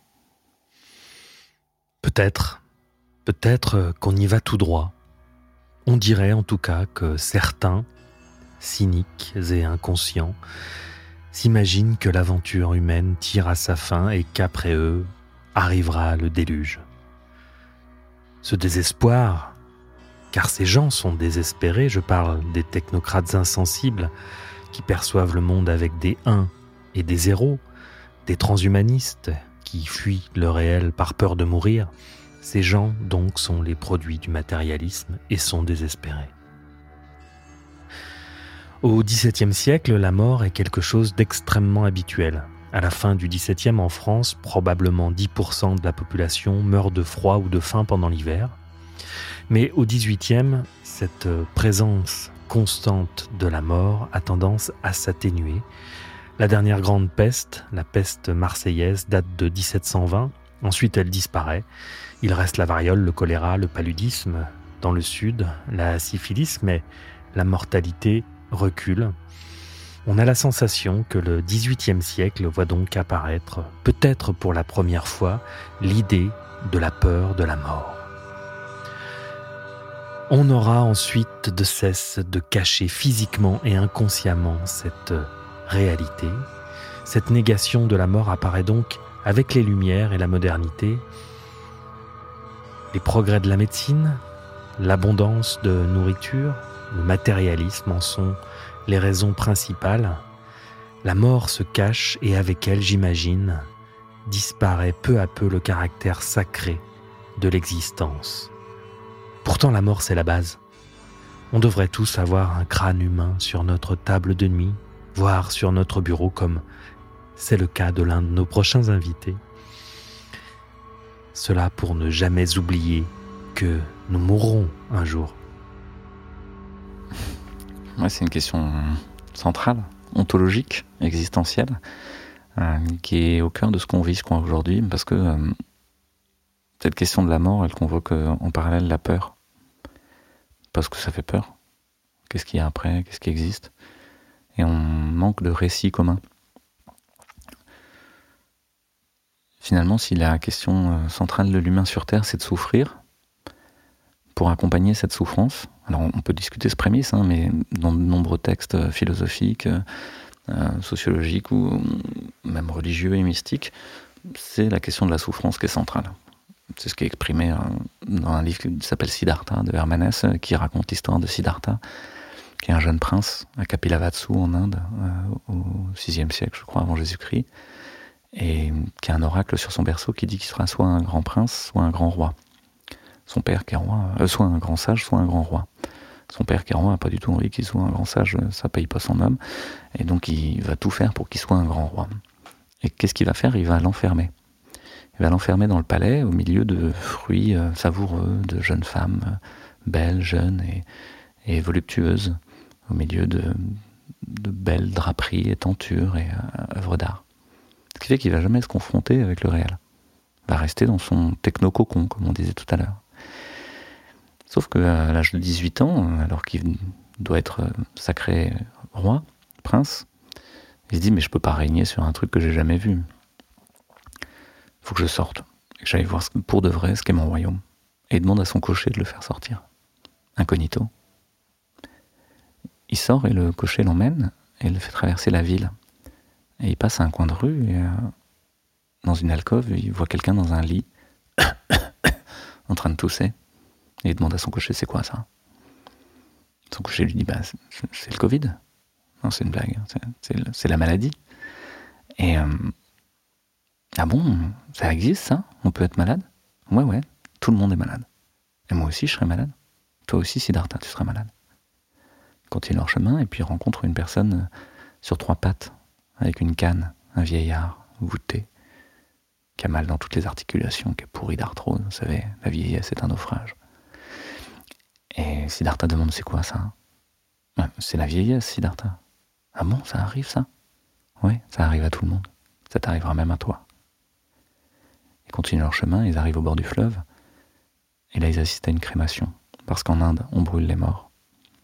S2: Peut-être qu'on y va tout droit. On dirait en tout cas que certains, cyniques et inconscients, s'imaginent que l'aventure humaine tire à sa fin et qu'après eux arrivera le déluge. Ce désespoir, car ces gens sont désespérés, je parle des technocrates insensibles qui perçoivent le monde avec des 1 et des 0, des transhumanistes qui fuient le réel par peur de mourir. Ces gens donc sont les produits du matérialisme et sont désespérés. Au XVIIe siècle, la mort est quelque chose d'extrêmement habituel. À la fin du XVIIe, en France, probablement 10% de la population meurt de froid ou de faim pendant l'hiver. Mais au XVIIIe, cette présence constante de la mort a tendance à s'atténuer. La dernière grande peste, la peste marseillaise, date de 1720. Ensuite, elle disparaît. Il reste la variole, le choléra, le paludisme dans le sud, la syphilis, mais la mortalité recule. On a la sensation que le XVIIIe siècle voit donc apparaître, peut-être pour la première fois, l'idée de la peur de la mort. On n'aura ensuite de cesse de cacher physiquement et inconsciemment cette réalité. Cette négation de la mort apparaît donc avec les Lumières et la modernité. Les progrès de la médecine, l'abondance de nourriture, le matérialisme en sont les raisons principales. La mort se cache et avec elle, j'imagine, disparaît peu à peu le caractère sacré de l'existence. Pourtant, la mort, c'est la base. On devrait tous avoir un crâne humain sur notre table de nuit, voire sur notre bureau, comme c'est le cas de l'un de nos prochains invités. Cela pour ne jamais oublier que nous mourrons un jour.
S3: Ouais, c'est une question centrale, ontologique, existentielle, qui est au cœur de ce qu'on vit, je crois, aujourd'hui, parce que cette question de la mort, elle convoque en parallèle la peur. Parce que ça fait peur. Qu'est-ce qu'il y a après ? Qu'est-ce qui existe ? Et on manque de récits communs. Finalement, si la question centrale de l'humain sur Terre, c'est de souffrir, pour accompagner cette souffrance, alors on peut discuter ce prémisse, mais dans de nombreux textes philosophiques, sociologiques ou même religieux et mystiques, c'est la question de la souffrance qui est centrale. C'est ce qui est exprimé dans un livre qui s'appelle Siddhartha de Hermanès, qui raconte l'histoire de Siddhartha, qui est un jeune prince à Kapilavastu en Inde, au VIe siècle, je crois, avant Jésus-Christ, et qui a un oracle sur son berceau qui dit qu'il sera soit un grand prince, soit un grand roi. Son père qui est roi, soit un grand sage, soit un grand roi. Son père qui est roi n'a pas du tout envie qu'il soit un grand sage, ça paye pas son homme, et donc il va tout faire pour qu'il soit un grand roi. Et qu'est-ce qu'il va faire ? Il va l'enfermer. Il va l'enfermer dans le palais, au milieu de fruits savoureux, de jeunes femmes belles, jeunes et voluptueuses, au milieu belles draperies et tentures et œuvres d'art. Ce qui fait qu'il ne va jamais se confronter avec le réel. Il va rester dans son techno-cocon, comme on disait tout à l'heure. Sauf qu'à l'âge de 18 ans, alors qu'il doit être sacré roi, prince, il se dit, mais je peux pas régner sur un truc que j'ai jamais vu. Il faut que je sorte, et que j'aille voir pour de vrai ce qu'est mon royaume. Et il demande à son cocher de le faire sortir, incognito. Il sort et le cocher l'emmène, et le fait traverser la ville. Et il passe à un coin de rue, et dans une alcôve, il voit quelqu'un dans un lit, en train de tousser. Et il demande à son cocher, c'est quoi ça? Son cocher lui dit, c'est le Covid. Non, c'est une blague, c'est la maladie. Et ah bon, ça existe ça? On peut être malade? Ouais, tout le monde est malade. Et moi aussi je serai malade. Toi aussi Siddhartha, tu seras malade. Ils continuent leur chemin et puis ils rencontrent une personne sur 3 pattes, avec une canne, un vieillard voûté, qui a mal dans toutes les articulations, qui est pourri d'arthrose. Vous savez, la vieillesse est un naufrage. Et Siddhartha demande, c'est quoi ça? C'est la vieillesse, Siddhartha. Ah bon, ça arrive ça? Oui, ça arrive à tout le monde. Ça t'arrivera même à toi. Ils continuent leur chemin, ils arrivent au bord du fleuve, et là ils assistent à une crémation, parce qu'en Inde, on brûle les morts.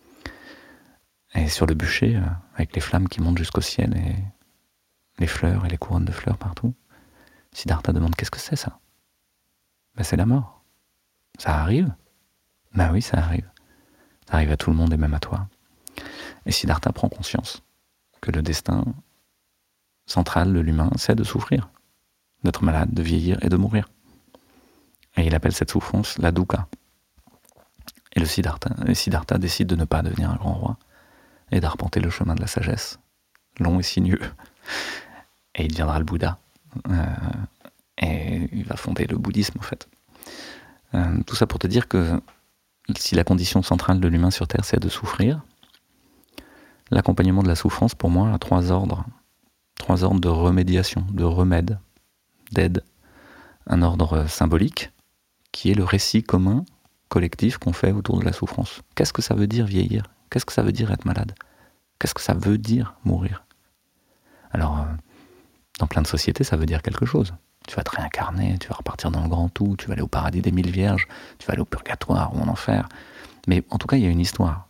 S3: Et sur le bûcher, avec les flammes qui montent jusqu'au ciel, et les fleurs et les couronnes de fleurs partout, Siddhartha demande, qu'est-ce que c'est ça? C'est la mort. Ça arrive? Oui, ça arrive. Ça arrive à tout le monde et même à toi. Et Siddhartha prend conscience que le destin central de l'humain, c'est de souffrir, d'être malade, de vieillir et de mourir. Et il appelle cette souffrance la dukkha. Et Siddhartha décide de ne pas devenir un grand roi et d'arpenter le chemin de la sagesse, long et sinueux. Et il deviendra le Bouddha. Et il va fonder le bouddhisme, en fait. Tout ça pour te dire que si la condition centrale de l'humain sur Terre, c'est de souffrir, l'accompagnement de la souffrance, pour moi, a 3 ordres. 3 ordres de remédiation, de remède, d'aide. Un ordre symbolique, qui est le récit commun, collectif, qu'on fait autour de la souffrance. Qu'est-ce que ça veut dire vieillir? Qu'est-ce que ça veut dire être malade? Qu'est-ce que ça veut dire mourir? Alors, dans plein de sociétés, ça veut dire quelque chose. Tu vas te réincarner, tu vas repartir dans le grand tout, tu vas aller au paradis des 1000 vierges, tu vas aller au purgatoire ou en enfer. Mais en tout cas, il y a une histoire.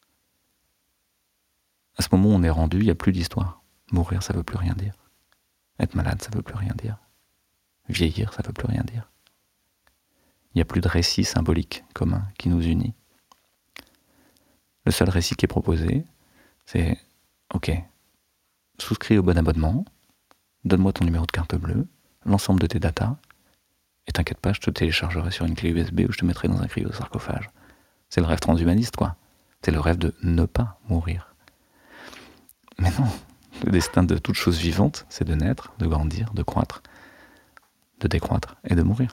S3: À ce moment où on est rendu, il n'y a plus d'histoire. Mourir, ça ne veut plus rien dire. Être malade, ça ne veut plus rien dire. Vieillir, ça ne veut plus rien dire. Il n'y a plus de récit symbolique commun qui nous unit. Le seul récit qui est proposé, c'est « Ok, souscris au bon abonnement, donne-moi ton numéro de carte bleue, l'ensemble de tes datas, et t'inquiète pas, je te téléchargerai sur une clé USB ou je te mettrai dans un cryosarcophage. » C'est le rêve transhumaniste, quoi. C'est le rêve de ne pas mourir. Mais non, le destin de toute chose vivante, c'est de naître, de grandir, de croître, de décroître et de mourir.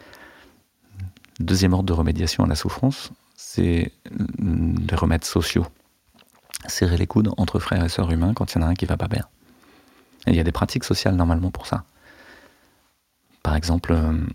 S3: Deuxième ordre de remédiation à la souffrance, c'est les remèdes sociaux. Serrer les coudes entre frères et sœurs humains quand il y en a un qui va pas bien. Et il y a des pratiques sociales normalement pour ça. Par exemple,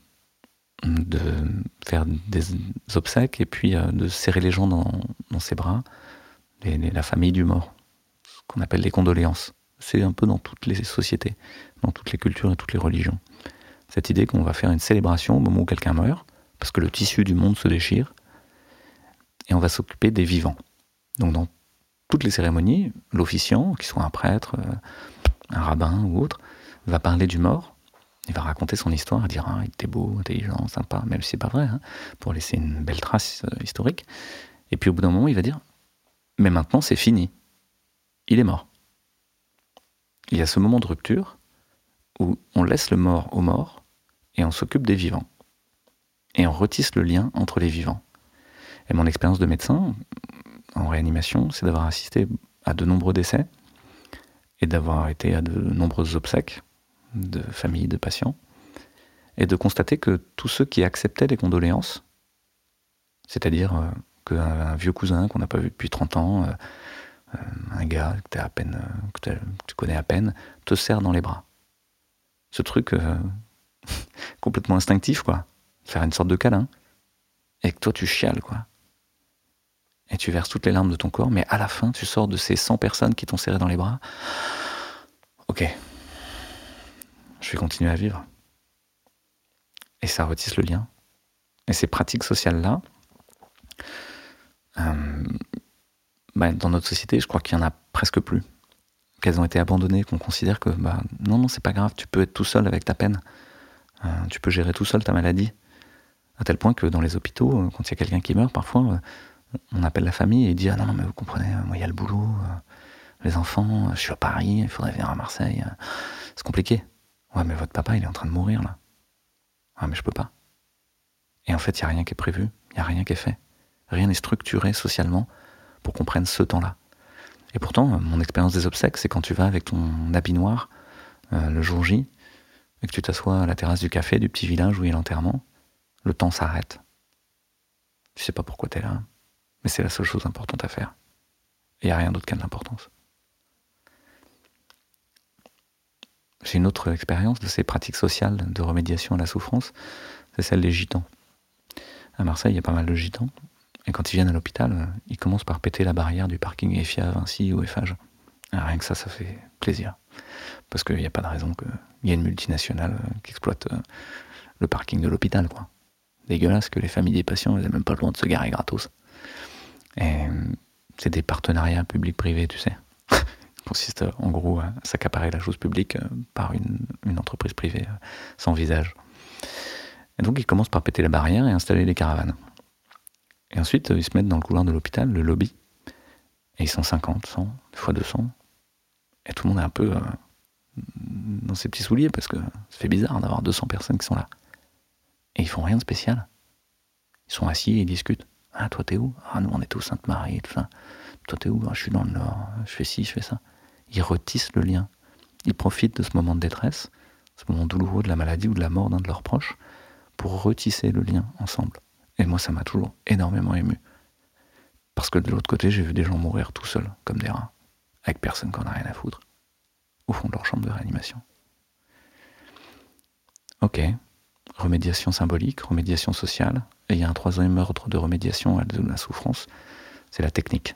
S3: de faire des obsèques et puis de serrer les gens dans ses bras, la famille du mort, ce qu'on appelle les condoléances. C'est un peu dans toutes les sociétés, dans toutes les cultures et toutes les religions. Cette idée qu'on va faire une célébration au moment où quelqu'un meurt, parce que le tissu du monde se déchire, et on va s'occuper des vivants. Donc dans toutes les cérémonies, l'officiant, qu'il soit un prêtre, un rabbin ou autre, va parler du mort, il va raconter son histoire, dire « il était beau, intelligent, sympa », même si c'est pas vrai, pour laisser une belle trace historique. Et puis au bout d'un moment, il va dire « mais maintenant c'est fini, il est mort ». Il y a ce moment de rupture où on laisse le mort au mort et on s'occupe des vivants. Et on retisse le lien entre les vivants. Et mon expérience de médecin en réanimation, c'est d'avoir assisté à de nombreux décès et d'avoir été à de nombreuses obsèques de familles, de patients, et de constater que tous ceux qui acceptaient les condoléances, c'est-à-dire qu'un vieux cousin qu'on n'a pas vu depuis 30 ans, un gars que tu connais à peine, te serre dans les bras. Ce truc complètement instinctif, quoi. Faire une sorte de câlin. Et que toi, tu chiales, quoi. et tu verses toutes les larmes de ton corps, mais à la fin, tu sors de ces 100 personnes qui t'ont serré dans les bras. Ok, je vais continuer à vivre. Et ça retisse le lien. Et ces pratiques sociales-là, dans notre société, je crois qu'il y en a presque plus. Qu'elles ont été abandonnées, qu'on considère que non, c'est pas grave, tu peux être tout seul avec ta peine. Tu peux gérer tout seul ta maladie. À tel point que dans les hôpitaux, quand il y a quelqu'un qui meurt, parfois, on appelle la famille et il dit « Ah non, mais vous comprenez, moi il y a le boulot, les enfants, je suis à Paris, il faudrait venir à Marseille. C'est compliqué. Ouais, mais votre papa, il est en train de mourir là. Ah, mais je peux pas. » Et en fait, il n'y a rien qui est prévu, il n'y a rien qui est fait. Rien n'est structuré socialement pour qu'on prenne ce temps-là. Et pourtant, mon expérience des obsèques, c'est quand tu vas avec ton habit noir le jour J et que tu t'assois à la terrasse du café du petit village où il y a l'enterrement, le temps s'arrête. Tu sais pas pourquoi t'es là, mais c'est la seule chose importante à faire. Et il n'y a rien d'autre qui a de l'importance. J'ai une autre expérience de ces pratiques sociales de remédiation à la souffrance, c'est celle des gitans. À Marseille, il y a pas mal de gitans. Et quand ils viennent à l'hôpital, ils commencent par péter la barrière du parking EFIA, Vinci ou Eiffage. Rien que ça fait plaisir. Parce qu'il n'y a pas de raison qu'il y ait une multinationale qui exploite le parking de l'hôpital, quoi. Dégueulasse que les familles des patients n'aient même pas le droit de se garer gratos. Et c'est des partenariats public-privé, tu sais. Qui consiste en gros à s'accaparer la chose publique par une entreprise privée sans visage. Et donc ils commencent par péter la barrière et installer les caravanes. Et ensuite, ils se mettent dans le couloir de l'hôpital, le lobby, et ils sont 50, 100, des fois 200. Et tout le monde est un peu dans ses petits souliers, parce que ça fait bizarre d'avoir 200 personnes qui sont là. Et ils font rien de spécial. Ils sont assis et ils discutent. Ah, toi t'es où? Ah, nous on est au Sainte-Marie, tout ça. Toi t'es où? Ah, je suis dans le Nord, je fais ci, je fais ça. Ils retissent le lien. Ils profitent de ce moment de détresse, ce moment douloureux de la maladie ou de la mort d'un de leurs proches, pour retisser le lien ensemble. Et moi, ça m'a toujours énormément ému. Parce que de l'autre côté, j'ai vu des gens mourir tout seuls, comme des rats, avec personne qui en a rien à foutre, au fond de leur chambre de réanimation. Ok, remédiation symbolique, remédiation sociale, et il y a un troisième ordre de remédiation à la souffrance, c'est la technique.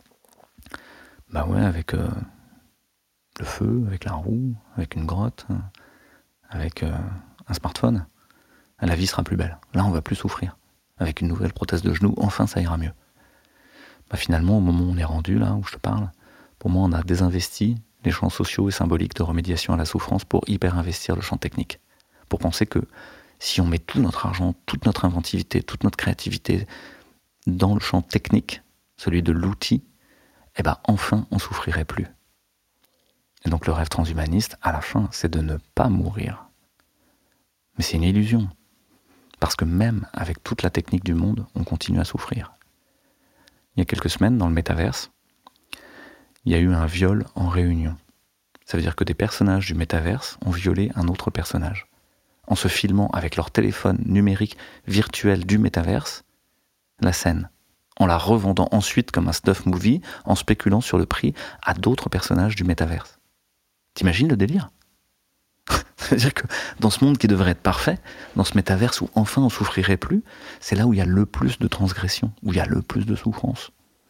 S3: Avec le feu, avec la roue, avec une grotte, avec un smartphone, la vie sera plus belle. Là, on va plus souffrir. Avec une nouvelle prothèse de genou, enfin ça ira mieux. Finalement, au moment où on est rendu, là où je te parle, pour moi on a désinvesti les champs sociaux et symboliques de remédiation à la souffrance pour hyper investir le champ technique. Pour penser que si on met tout notre argent, toute notre inventivité, toute notre créativité dans le champ technique, celui de l'outil, enfin on souffrirait plus. Et donc le rêve transhumaniste, à la fin, c'est de ne pas mourir. Mais c'est une illusion. Parce que même avec toute la technique du monde, on continue à souffrir. Il y a quelques semaines, dans le métaverse, il y a eu un viol en réunion. Ça veut dire que des personnages du métaverse ont violé un autre personnage. En se filmant avec leur téléphone numérique virtuel du métaverse, la scène, en la revendant ensuite comme un snuff movie, en spéculant sur le prix à d'autres personnages du métaverse. T'imagines le délire ? C'est-à-dire que dans ce monde qui devrait être parfait, dans ce métaverse où enfin on souffrirait plus, c'est là où il y a le plus de transgression, où il y a le plus de souffrance.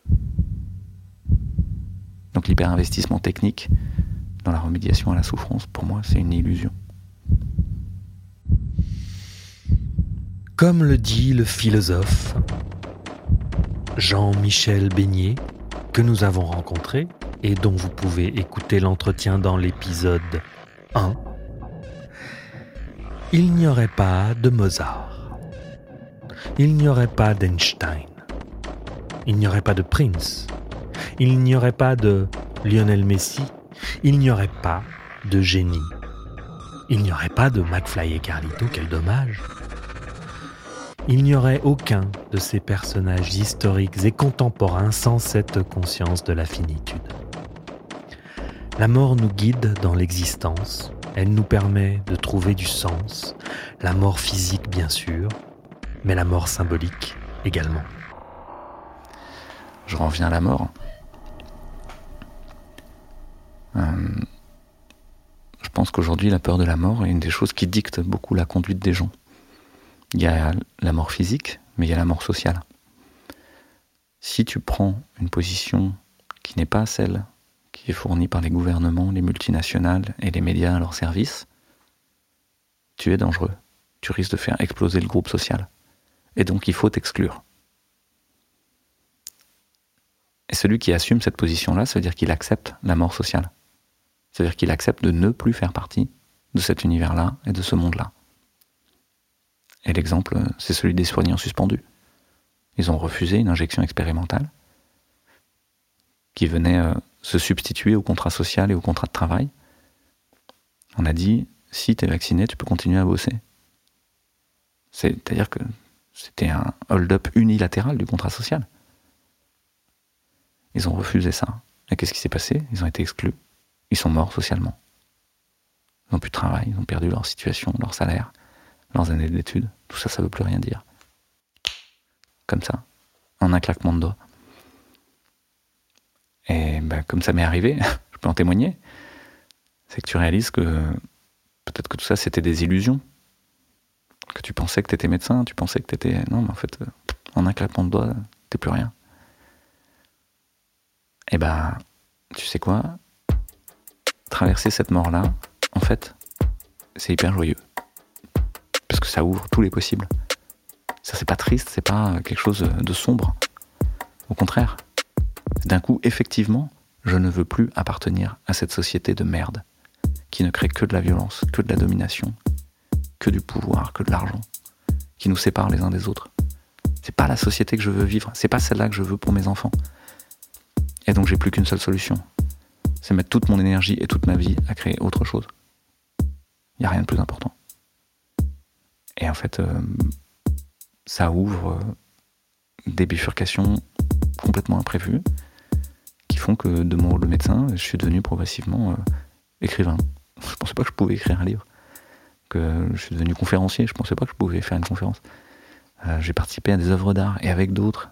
S3: Donc l'hyper-investissement technique dans la remédiation à la souffrance, pour moi, c'est une illusion.
S2: Comme le dit le philosophe Jean-Michel Beignet, que nous avons rencontré et dont vous pouvez écouter l'entretien dans l'épisode 1, il n'y aurait pas de Mozart, il n'y aurait pas d'Einstein, il n'y aurait pas de Prince, il n'y aurait pas de Lionel Messi, il n'y aurait pas de génie, il n'y aurait pas de McFly et Carlito, quel dommage. Il n'y aurait aucun de ces personnages historiques et contemporains sans cette conscience de la finitude. La mort nous guide dans l'existence, elle nous permet de trouver du sens, la mort physique bien sûr, mais la mort symbolique également.
S3: Je reviens à la mort. Je pense qu'aujourd'hui, la peur de la mort est une des choses qui dicte beaucoup la conduite des gens. Il y a la mort physique, mais il y a la mort sociale. si tu prends une position qui n'est pas celle qui est fournie par les gouvernements, les multinationales et les médias à leur service, tu es dangereux. Tu risques de faire exploser le groupe social. Et donc il faut t'exclure. Et celui qui assume cette position-là, ça veut dire qu'il accepte la mort sociale. C'est-à-dire qu'il accepte de ne plus faire partie de cet univers-là et de ce monde-là. Et l'exemple, c'est celui des soignants suspendus. Ils ont refusé une injection expérimentale qui venait se substituer au contrat social et au contrat de travail. On a dit, si tu es vacciné, tu peux continuer à bosser. C'est-à-dire que c'était un hold-up unilatéral du contrat social. Ils ont refusé ça. Et qu'est-ce qui s'est passé? Ils ont été exclus. Ils sont morts socialement. Ils n'ont plus de travail, ils ont perdu leur situation, leur salaire, leurs années d'études. Tout ça, ça ne veut plus rien dire. Comme ça, en un claquement de doigts. Et comme ça m'est arrivé, je peux en témoigner, c'est que tu réalises que peut-être que tout ça, c'était des illusions. Que tu pensais que tu étais médecin, tu pensais que tu étais... Non, mais en fait, en un claquement de doigts, t'es plus rien. Et tu sais quoi? Traverser cette mort-là, en fait, c'est hyper joyeux. Parce que ça ouvre tous les possibles. Ça, c'est pas triste, c'est pas quelque chose de sombre. Au contraire. D'un coup, effectivement, je ne veux plus appartenir à cette société de merde qui ne crée que de la violence, que de la domination, que du pouvoir, que de l'argent, qui nous sépare les uns des autres. C'est pas la société que je veux vivre, c'est pas celle-là que je veux pour mes enfants. Et donc j'ai plus qu'une seule solution. C'est mettre toute mon énergie et toute ma vie à créer autre chose. Il n'y a rien de plus important. Et en fait, ça ouvre des bifurcations complètement imprévues qui font que de mon rôle de médecin, je suis devenu progressivement écrivain. Je pensais pas que je pouvais écrire un livre. Que je suis devenu conférencier, je pensais pas que je pouvais faire une conférence. J'ai participé à des œuvres d'art et avec d'autres.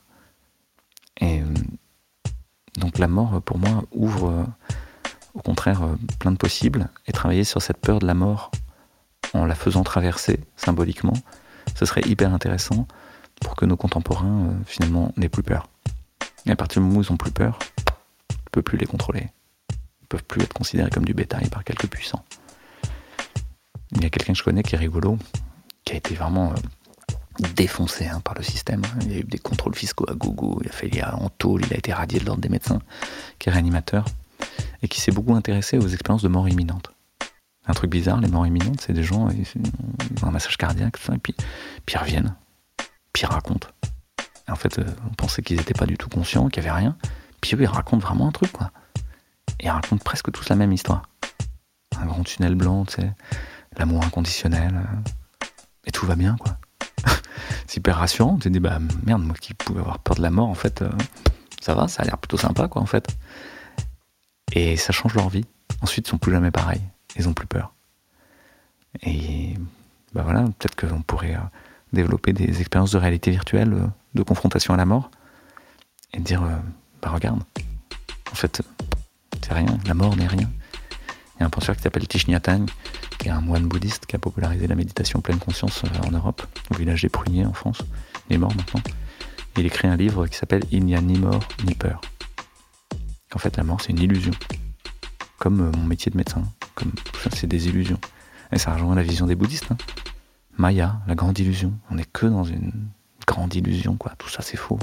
S3: Et donc la mort, pour moi, ouvre au contraire plein de possibles. Et travailler sur cette peur de la mort en la faisant traverser symboliquement, ce serait hyper intéressant pour que nos contemporains, finalement, n'aient plus peur. Et à partir du moment où ils n'ont plus peur, on ne peut plus les contrôler. Ils ne peuvent plus être considérés comme du bétail par quelques puissants. Il y a quelqu'un que je connais qui est rigolo, qui a été vraiment défoncé par le système. Il y a eu des contrôles fiscaux à gogo, il a fait en tôle, il a été radié de l'ordre des médecins, qui est réanimateur, et qui s'est beaucoup intéressé aux expériences de mort imminente. Un truc bizarre, les morts imminentes, c'est des gens, ils ont un massage cardiaque, tout ça, et puis ils reviennent, puis ils racontent. Et en fait, on pensait qu'ils n'étaient pas du tout conscients, qu'il n'y avait rien, puis eux, ils racontent vraiment un truc, quoi. Et ils racontent presque tous la même histoire. Un grand tunnel blanc, tu sais, l'amour inconditionnel, et tout va bien, quoi. C'est hyper rassurant, tu te dis, merde, moi qui pouvais avoir peur de la mort, en fait, ça va, ça a l'air plutôt sympa, quoi, en fait. Et ça change leur vie. Ensuite, ils sont plus jamais pareils, ils ont plus peur. Et voilà, peut-être qu'on pourrait développer des expériences de réalité virtuelle, de confrontation à la mort, et dire, regarde, en fait, c'est rien, la mort n'est rien. Il y a un penseur qui s'appelle Thich Nhat Hanh, qui est un moine bouddhiste qui a popularisé la méditation pleine conscience en Europe, au village des Pruniers en France. Il est mort maintenant. Et il écrit un livre qui s'appelle « Il n'y a ni mort ni peur ». En fait, la mort, c'est une illusion. Comme mon métier de médecin. Comme tout ça, c'est des illusions. Et ça rejoint la vision des bouddhistes. Maya, la grande illusion. On n'est que dans une grande illusion, quoi. Tout ça, c'est faux.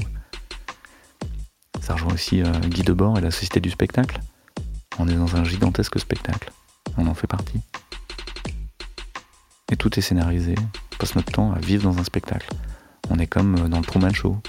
S3: Ça rejoint aussi Guy Debord et la Société du spectacle. On est dans un gigantesque spectacle. On en fait partie. Et tout est scénarisé. On passe notre temps à vivre dans un spectacle. On est comme dans le Truman Show.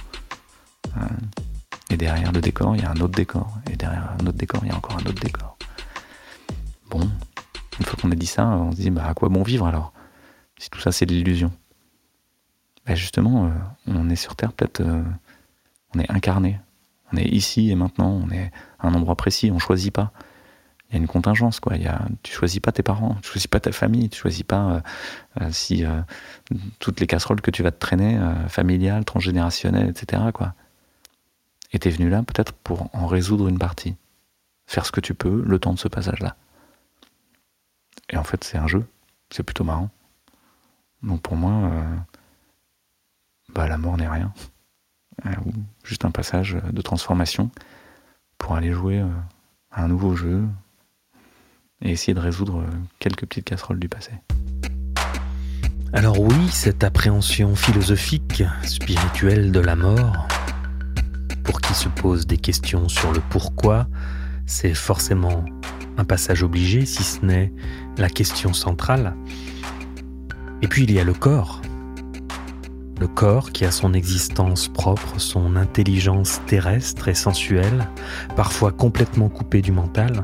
S3: Et derrière le décor, il y a un autre décor. Et derrière un autre décor, il y a encore un autre décor. Bon, une fois qu'on a dit ça, on se dit, à quoi bon vivre alors? Si tout ça, c'est de l'illusion. Justement, on est sur Terre, peut-être, on est incarné. On est ici et maintenant, on est à un endroit précis, on ne choisit pas. Il y a une contingence, quoi. Tu choisis pas tes parents, tu choisis pas ta famille, tu choisis pas si toutes les casseroles que tu vas te traîner, familiales, transgénérationnelles, etc., quoi. Et t'es venu là peut-être pour en résoudre une partie. Faire ce que tu peux, le temps de ce passage-là. Et en fait, c'est un jeu. C'est plutôt marrant. Donc pour moi, la mort n'est rien. ou juste un passage de transformation pour aller jouer à un nouveau jeu et essayer de résoudre quelques petites casseroles du passé.
S2: Alors oui, cette appréhension philosophique, spirituelle de la mort, pour qui se pose des questions sur le pourquoi, c'est forcément un passage obligé, si ce n'est la question centrale. Et puis il y a le corps. Le corps qui a son existence propre, son intelligence terrestre et sensuelle, parfois complètement coupée du mental.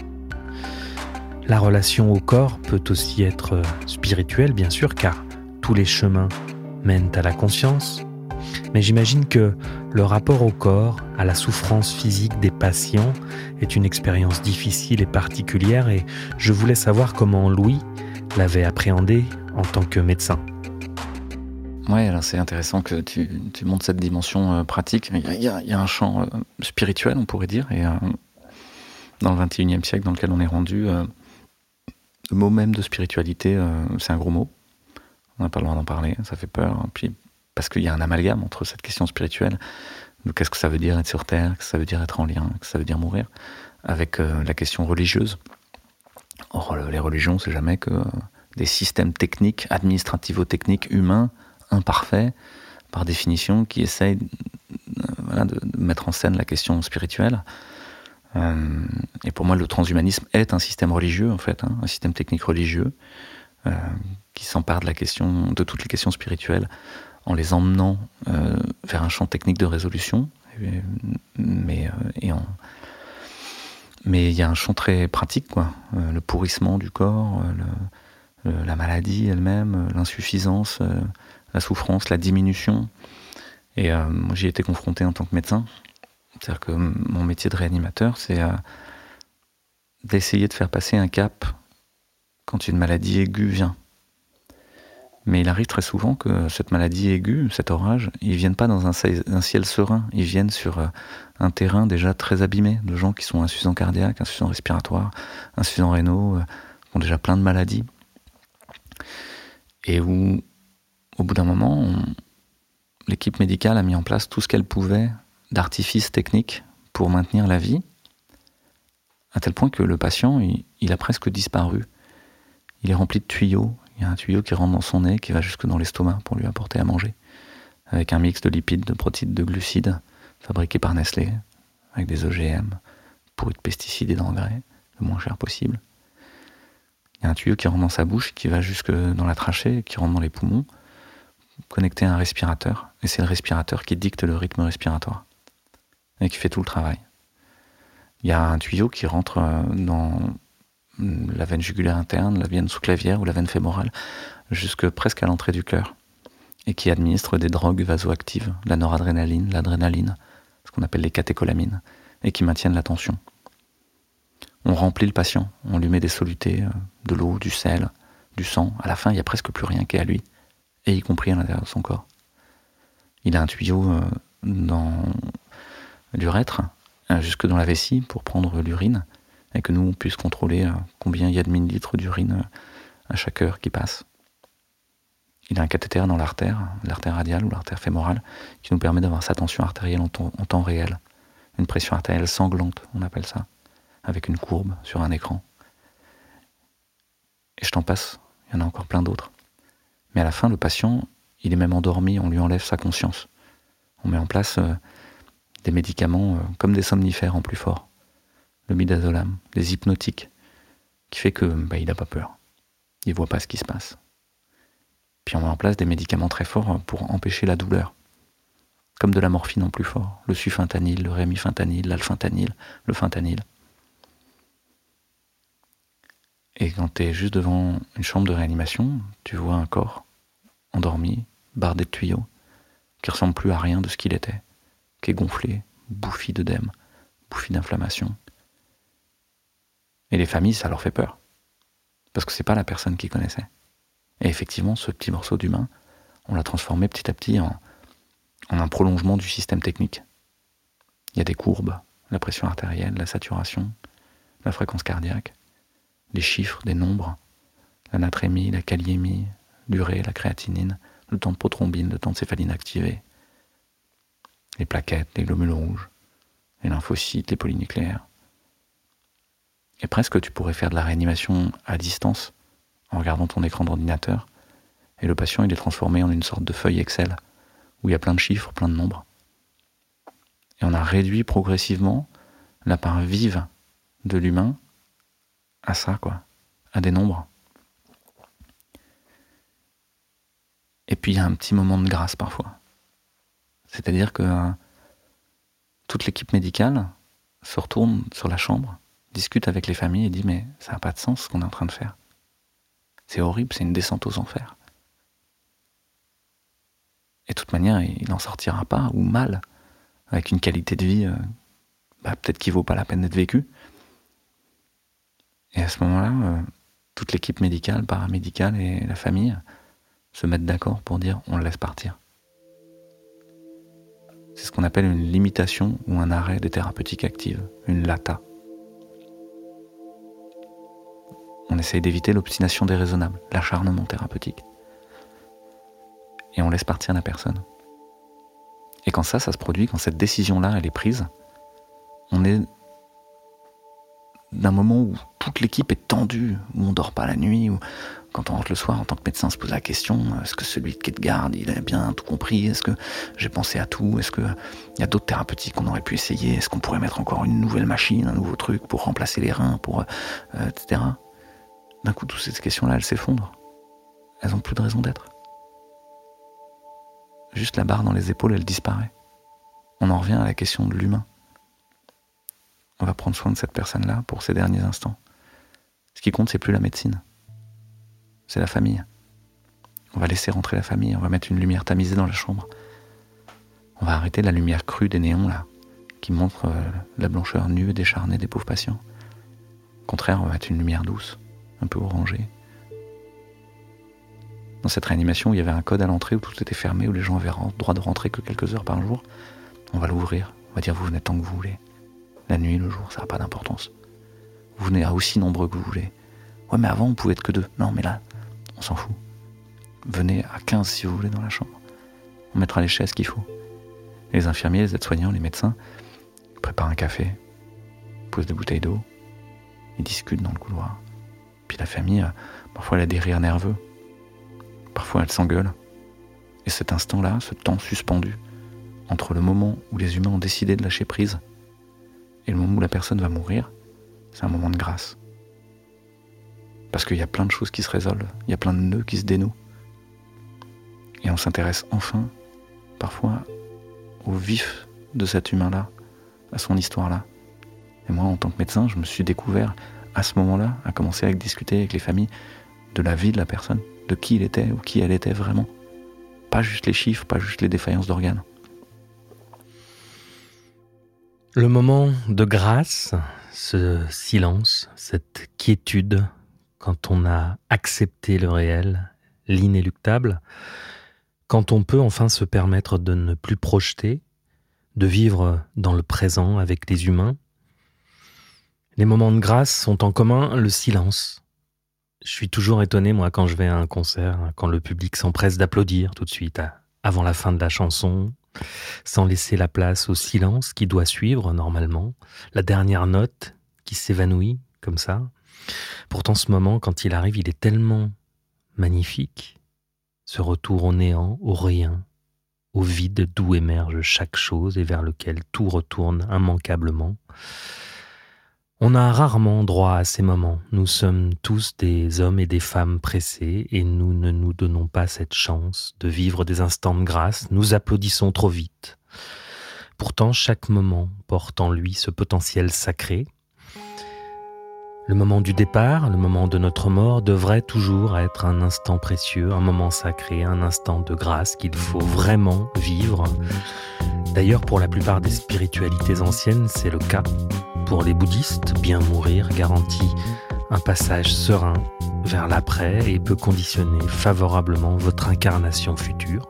S2: La relation au corps peut aussi être spirituelle, bien sûr, car tous les chemins mènent à la conscience. Mais j'imagine que le rapport au corps, à la souffrance physique des patients, est une expérience difficile et particulière, et je voulais savoir comment Louis l'avait appréhendé en tant que médecin.
S3: Ouais, alors c'est intéressant que tu montres cette dimension pratique. Il y a un champ spirituel, on pourrait dire, et dans le XXIe siècle dans lequel on est rendu, le mot même de spiritualité, c'est un gros mot. On n'a pas le droit d'en parler, ça fait peur. Puis, parce qu'il y a un amalgame entre cette question spirituelle, de qu'est-ce que ça veut dire être sur Terre, qu'est-ce que ça veut dire être en lien, qu'est-ce que ça veut dire mourir, avec la question religieuse. Or, les religions, c'est jamais que des systèmes techniques, administrativo-techniques, humains, imparfaits, par définition, qui essayent de mettre en scène la question spirituelle. Et pour moi, le transhumanisme est un système religieux, en fait, un système technique religieux, qui s'empare de toutes les questions spirituelles, en les emmenant vers un champ technique de résolution. Mais il y a un champ très pratique, quoi. Le pourrissement du corps, la maladie elle-même, l'insuffisance, la souffrance, la diminution. Et moi, j'y ai été confronté en tant que médecin. C'est-à-dire que mon métier de réanimateur, c'est d'essayer de faire passer un cap quand une maladie aiguë vient. Mais il arrive très souvent que cette maladie aiguë, cet orage, ils viennent pas dans un ciel serein, ils viennent sur un terrain déjà très abîmé, de gens qui sont insuffisants cardiaques, insuffisants respiratoires, insuffisants rénaux, qui ont déjà plein de maladies. Et où, au bout d'un moment, l'équipe médicale a mis en place tout ce qu'elle pouvait d'artifices techniques pour maintenir la vie, à tel point que le patient, il a presque disparu. Il est rempli de tuyaux. Il y a un tuyau qui rentre dans son nez, qui va jusque dans l'estomac pour lui apporter à manger, avec un mix de lipides, de protéines, de glucides, fabriqués par Nestlé, avec des OGM, pourris de pesticides et d'engrais, le moins cher possible. Il y a un tuyau qui rentre dans sa bouche, qui va jusque dans la trachée, qui rentre dans les poumons, connecté à un respirateur, et c'est le respirateur qui dicte le rythme respiratoire, et qui fait tout le travail. Il y a un tuyau qui rentre dans la veine jugulaire interne, la veine sous-clavière ou la veine fémorale, jusque presque à l'entrée du cœur, et qui administre des drogues vasoactives, la noradrénaline, l'adrénaline, ce qu'on appelle les catécholamines, et qui maintiennent la tension. On remplit le patient, on lui met des solutés, de l'eau, du sel, du sang. À la fin, il n'y a presque plus rien qui est à lui, et y compris à l'intérieur de son corps. Il a un tuyau dans l'urètre, jusque dans la vessie, pour prendre l'urine, et que nous, on puisse contrôler combien il y a de millilitres d'urine à chaque heure qui passe. Il a un cathéter dans l'artère radiale ou l'artère fémorale, qui nous permet d'avoir sa tension artérielle en temps réel. Une pression artérielle sanglante, on appelle ça, avec une courbe sur un écran. Et je t'en passe, il y en a encore plein d'autres. Mais à la fin, le patient, il est même endormi, on lui enlève sa conscience. On met en place des médicaments comme des somnifères en plus fort. Le midazolam, des hypnotiques, qui fait que il n'a pas peur. Il ne voit pas ce qui se passe. Puis on met en place des médicaments très forts pour empêcher la douleur. Comme de la morphine en plus fort. Le sufentanil, le rémifentanil, l'alfentanil, le fentanyl. Et quand tu es juste devant une chambre de réanimation, tu vois un corps endormi, bardé de tuyaux, qui ressemble plus à rien de ce qu'il était, qui est gonflé, bouffi d'œdème, bouffi d'inflammation. Et les familles, ça leur fait peur. Parce que c'est pas la personne qu'ils connaissaient. Et effectivement, ce petit morceau d'humain, on l'a transformé petit à petit en un prolongement du système technique. Il y a des courbes, la pression artérielle, la saturation, la fréquence cardiaque, des chiffres, des nombres, la natrémie, la kaliémie, l'urée, la créatinine, le temps de prothrombine, le temps de céphaline activée. les plaquettes, les globules rouges, les lymphocytes, les polynucléaires. Et presque tu pourrais faire de la réanimation à distance en regardant ton écran d'ordinateur et le patient il est transformé en une sorte de feuille Excel où il y a plein de chiffres, plein de nombres. Et on a réduit progressivement la part vive de l'humain à ça, à des nombres. Et puis il y a un petit moment de grâce parfois. C'est-à-dire que toute l'équipe médicale se retourne sur la chambre, discute avec les familles et dit « mais ça n'a pas de sens ce qu'on est en train de faire. C'est horrible, c'est une descente aux enfers. » Et de toute manière, il n'en sortira pas, ou mal, avec une qualité de vie peut-être qui ne vaut pas la peine d'être vécue. Et à ce moment-là, toute l'équipe médicale, paramédicale et la famille se mettent d'accord pour dire on le laisse partir. C'est ce qu'on appelle une limitation ou un arrêt des thérapeutiques actives, une LATA. On essaye d'éviter l'obstination déraisonnable, l'acharnement thérapeutique. Et on laisse partir la personne. Et quand ça se produit, quand cette décision-là, elle est prise, on est d'un moment où toute l'équipe est tendue, où on dort pas la nuit, où quand on rentre le soir en tant que médecin, on se pose la question, est-ce que celui qui est de garde, il a bien tout compris? Est-ce que j'ai pensé à tout? Est-ce qu'il y a d'autres thérapeutiques qu'on aurait pu essayer? Est-ce qu'on pourrait mettre encore une nouvelle machine, un nouveau truc pour remplacer les reins, etc. D'un coup, toutes ces questions-là, elles s'effondrent. Elles n'ont plus de raison d'être. Juste la barre dans les épaules, elle disparaît. On en revient à la question de l'humain. On va prendre soin de cette personne-là pour ses derniers instants. Ce qui compte, c'est plus la médecine. C'est la famille. On va laisser rentrer la famille, on va mettre une lumière tamisée dans la chambre. On va arrêter la lumière crue des néons, là, qui montre la blancheur nue et décharnée des pauvres patients. Au contraire, on va mettre une lumière douce, un peu orangée. Dans cette réanimation où il y avait un code à l'entrée, où tout était fermé, où les gens avaient droit de rentrer que quelques heures par jour, on va l'ouvrir. On va dire, vous venez tant que vous voulez. La nuit, le jour, ça n'a pas d'importance. Vous venez à aussi nombreux que vous voulez. Ouais, mais avant, on pouvait être que 2. Non, mais là, on s'en fout. Venez à 15 si vous voulez dans la chambre. On mettra les chaises qu'il faut. Et les infirmiers, les aides-soignants, les médecins, ils préparent un café, posent des bouteilles d'eau, ils discutent dans le couloir. Puis la famille, parfois elle a des rires nerveux. Parfois elle s'engueule. Et cet instant-là, ce temps suspendu, entre le moment où les humains ont décidé de lâcher prise et le moment où la personne va mourir, c'est un moment de grâce. Parce qu'il y a plein de choses qui se résolvent, il y a plein de nœuds qui se dénouent. Et on s'intéresse enfin, parfois, au vif de cet humain-là, à son histoire-là. Et moi, en tant que médecin, je me suis découvert à ce moment-là, à commencer à discuter avec les familles de la vie de la personne, de qui il était ou qui elle était vraiment. Pas juste les chiffres, pas juste les défaillances d'organes.
S2: Le moment de grâce, ce silence, cette quiétude, quand on a accepté le réel, l'inéluctable, quand on peut enfin se permettre de ne plus projeter, de vivre dans le présent avec les humains. Les moments de grâce sont en commun le silence. Je suis toujours étonné, moi, quand je vais à un concert, quand le public s'empresse d'applaudir tout de suite, avant la fin de la chanson, sans laisser la place au silence qui doit suivre normalement, la dernière note qui s'évanouit comme ça. Pourtant, ce moment, quand il arrive, il est tellement magnifique. Ce retour au néant, au rien, au vide d'où émerge chaque chose et vers lequel tout retourne immanquablement. On a rarement droit à ces moments. Nous sommes tous des hommes et des femmes pressés et nous ne nous donnons pas cette chance de vivre des instants de grâce. Nous applaudissons trop vite. Pourtant, chaque moment porte en lui ce potentiel sacré. Le moment du départ, le moment de notre mort devrait toujours être un instant précieux, un moment sacré, un instant de grâce qu'il faut vraiment vivre. D'ailleurs, pour la plupart des spiritualités anciennes, c'est le cas. Pour les bouddhistes, bien mourir garantit un passage serein vers l'après et peut conditionner favorablement votre incarnation future.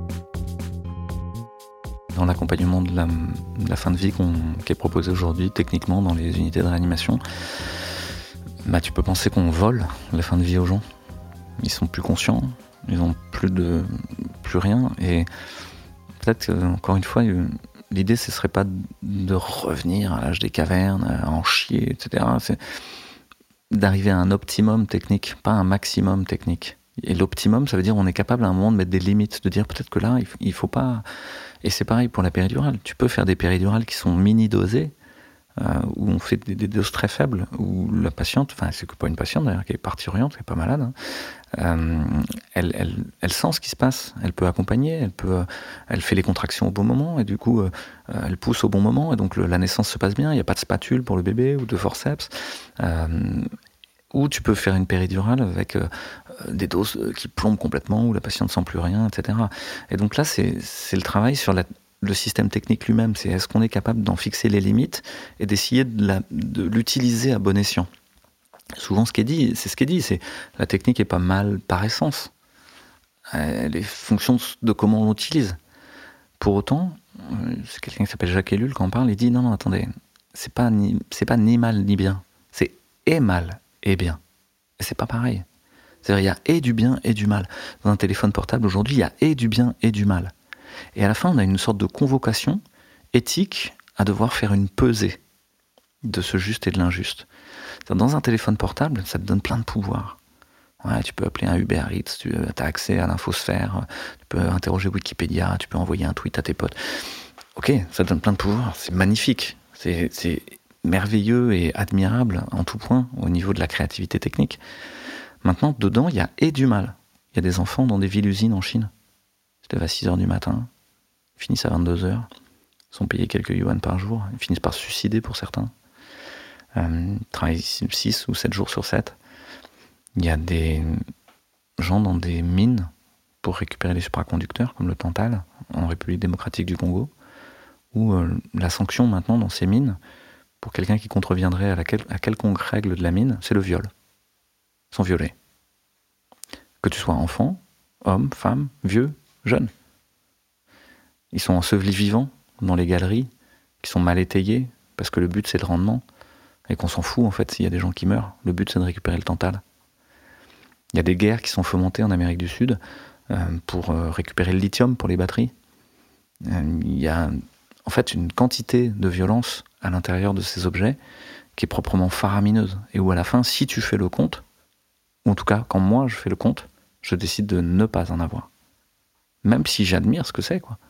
S3: Dans l'accompagnement de la fin de vie qui est proposé aujourd'hui, techniquement, dans les unités de réanimation, tu peux penser qu'on vole la fin de vie aux gens. Ils sont plus conscients, ils n'ont plus rien. Et peut-être, encore une fois, l'idée, ce serait pas de revenir à l'âge des cavernes, à en chier, etc. C'est d'arriver à un optimum technique, pas un maximum technique. Et l'optimum, ça veut dire on est capable à un moment de mettre des limites, de dire peut-être que là, il faut pas... Et c'est pareil pour la péridurale. Tu peux faire des péridurales qui sont mini-dosées, où on fait des doses très faibles, où la patiente, enfin c'est pas une patiente d'ailleurs, qui est parturiente, qui est pas malade, elle sent ce qui se passe, elle peut accompagner, elle fait les contractions au bon moment, et du coup elle pousse au bon moment, et donc la naissance se passe bien, il n'y a pas de spatule pour le bébé, ou de forceps, ou tu peux faire une péridurale avec des doses qui plombent complètement, où la patiente ne sent plus rien, etc. Et donc là c'est le travail sur le système technique lui-même, c'est est-ce qu'on est capable d'en fixer les limites et d'essayer de l'utiliser à bon escient. Souvent, c'est ce qui est dit, c'est la technique est pas mal par essence. Elle est fonction de comment on l'utilise. Pour autant, c'est quelqu'un qui s'appelle Jacques Ellul qui en parle, il dit non, attendez, c'est pas ni mal ni bien, c'est et mal et bien. Et c'est pas pareil. C'est-à-dire, il y a et du bien et du mal. Dans un téléphone portable aujourd'hui, il y a et du bien et du mal. Et à la fin, on a une sorte de convocation éthique à devoir faire une pesée de ce juste et de l'injuste. Dans un téléphone portable, ça te donne plein de pouvoirs. Ouais, tu peux appeler un Uber Eats, tu as accès à l'infosphère, tu peux interroger Wikipédia, tu peux envoyer un tweet à tes potes. Ok, ça te donne plein de pouvoirs, c'est magnifique, c'est merveilleux et admirable en tout point au niveau de la créativité technique. Maintenant, dedans, il y a et du mal. Il y a des enfants dans des villes-usines en Chine. Ils se lèvent à 6h du matin, ils finissent à 22h, ils sont payés quelques yuan par jour, ils finissent par se suicider pour certains. Ils travaillent 6 ou 7 jours sur 7. Il y a des gens dans des mines pour récupérer les supraconducteurs, comme le Tantal, en République démocratique du Congo, où la sanction maintenant dans ces mines, pour quelqu'un qui contreviendrait à quelconque règle de la mine, c'est le viol. Ils sont violés. Que tu sois enfant, homme, femme, vieux, jeune. Ils sont ensevelis vivants dans les galeries, qui sont mal étayées, parce que le but c'est le rendement, et qu'on s'en fout en fait s'il y a des gens qui meurent. Le but c'est de récupérer le Tantal. Il y a des guerres qui sont fomentées en Amérique du Sud pour récupérer le lithium pour les batteries. Il y a en fait une quantité de violence à l'intérieur de ces objets qui est proprement faramineuse, et où à la fin, si tu fais le compte, ou en tout cas quand moi je fais le compte, je décide de ne pas en avoir. Même si j'admire ce que c'est, quoi.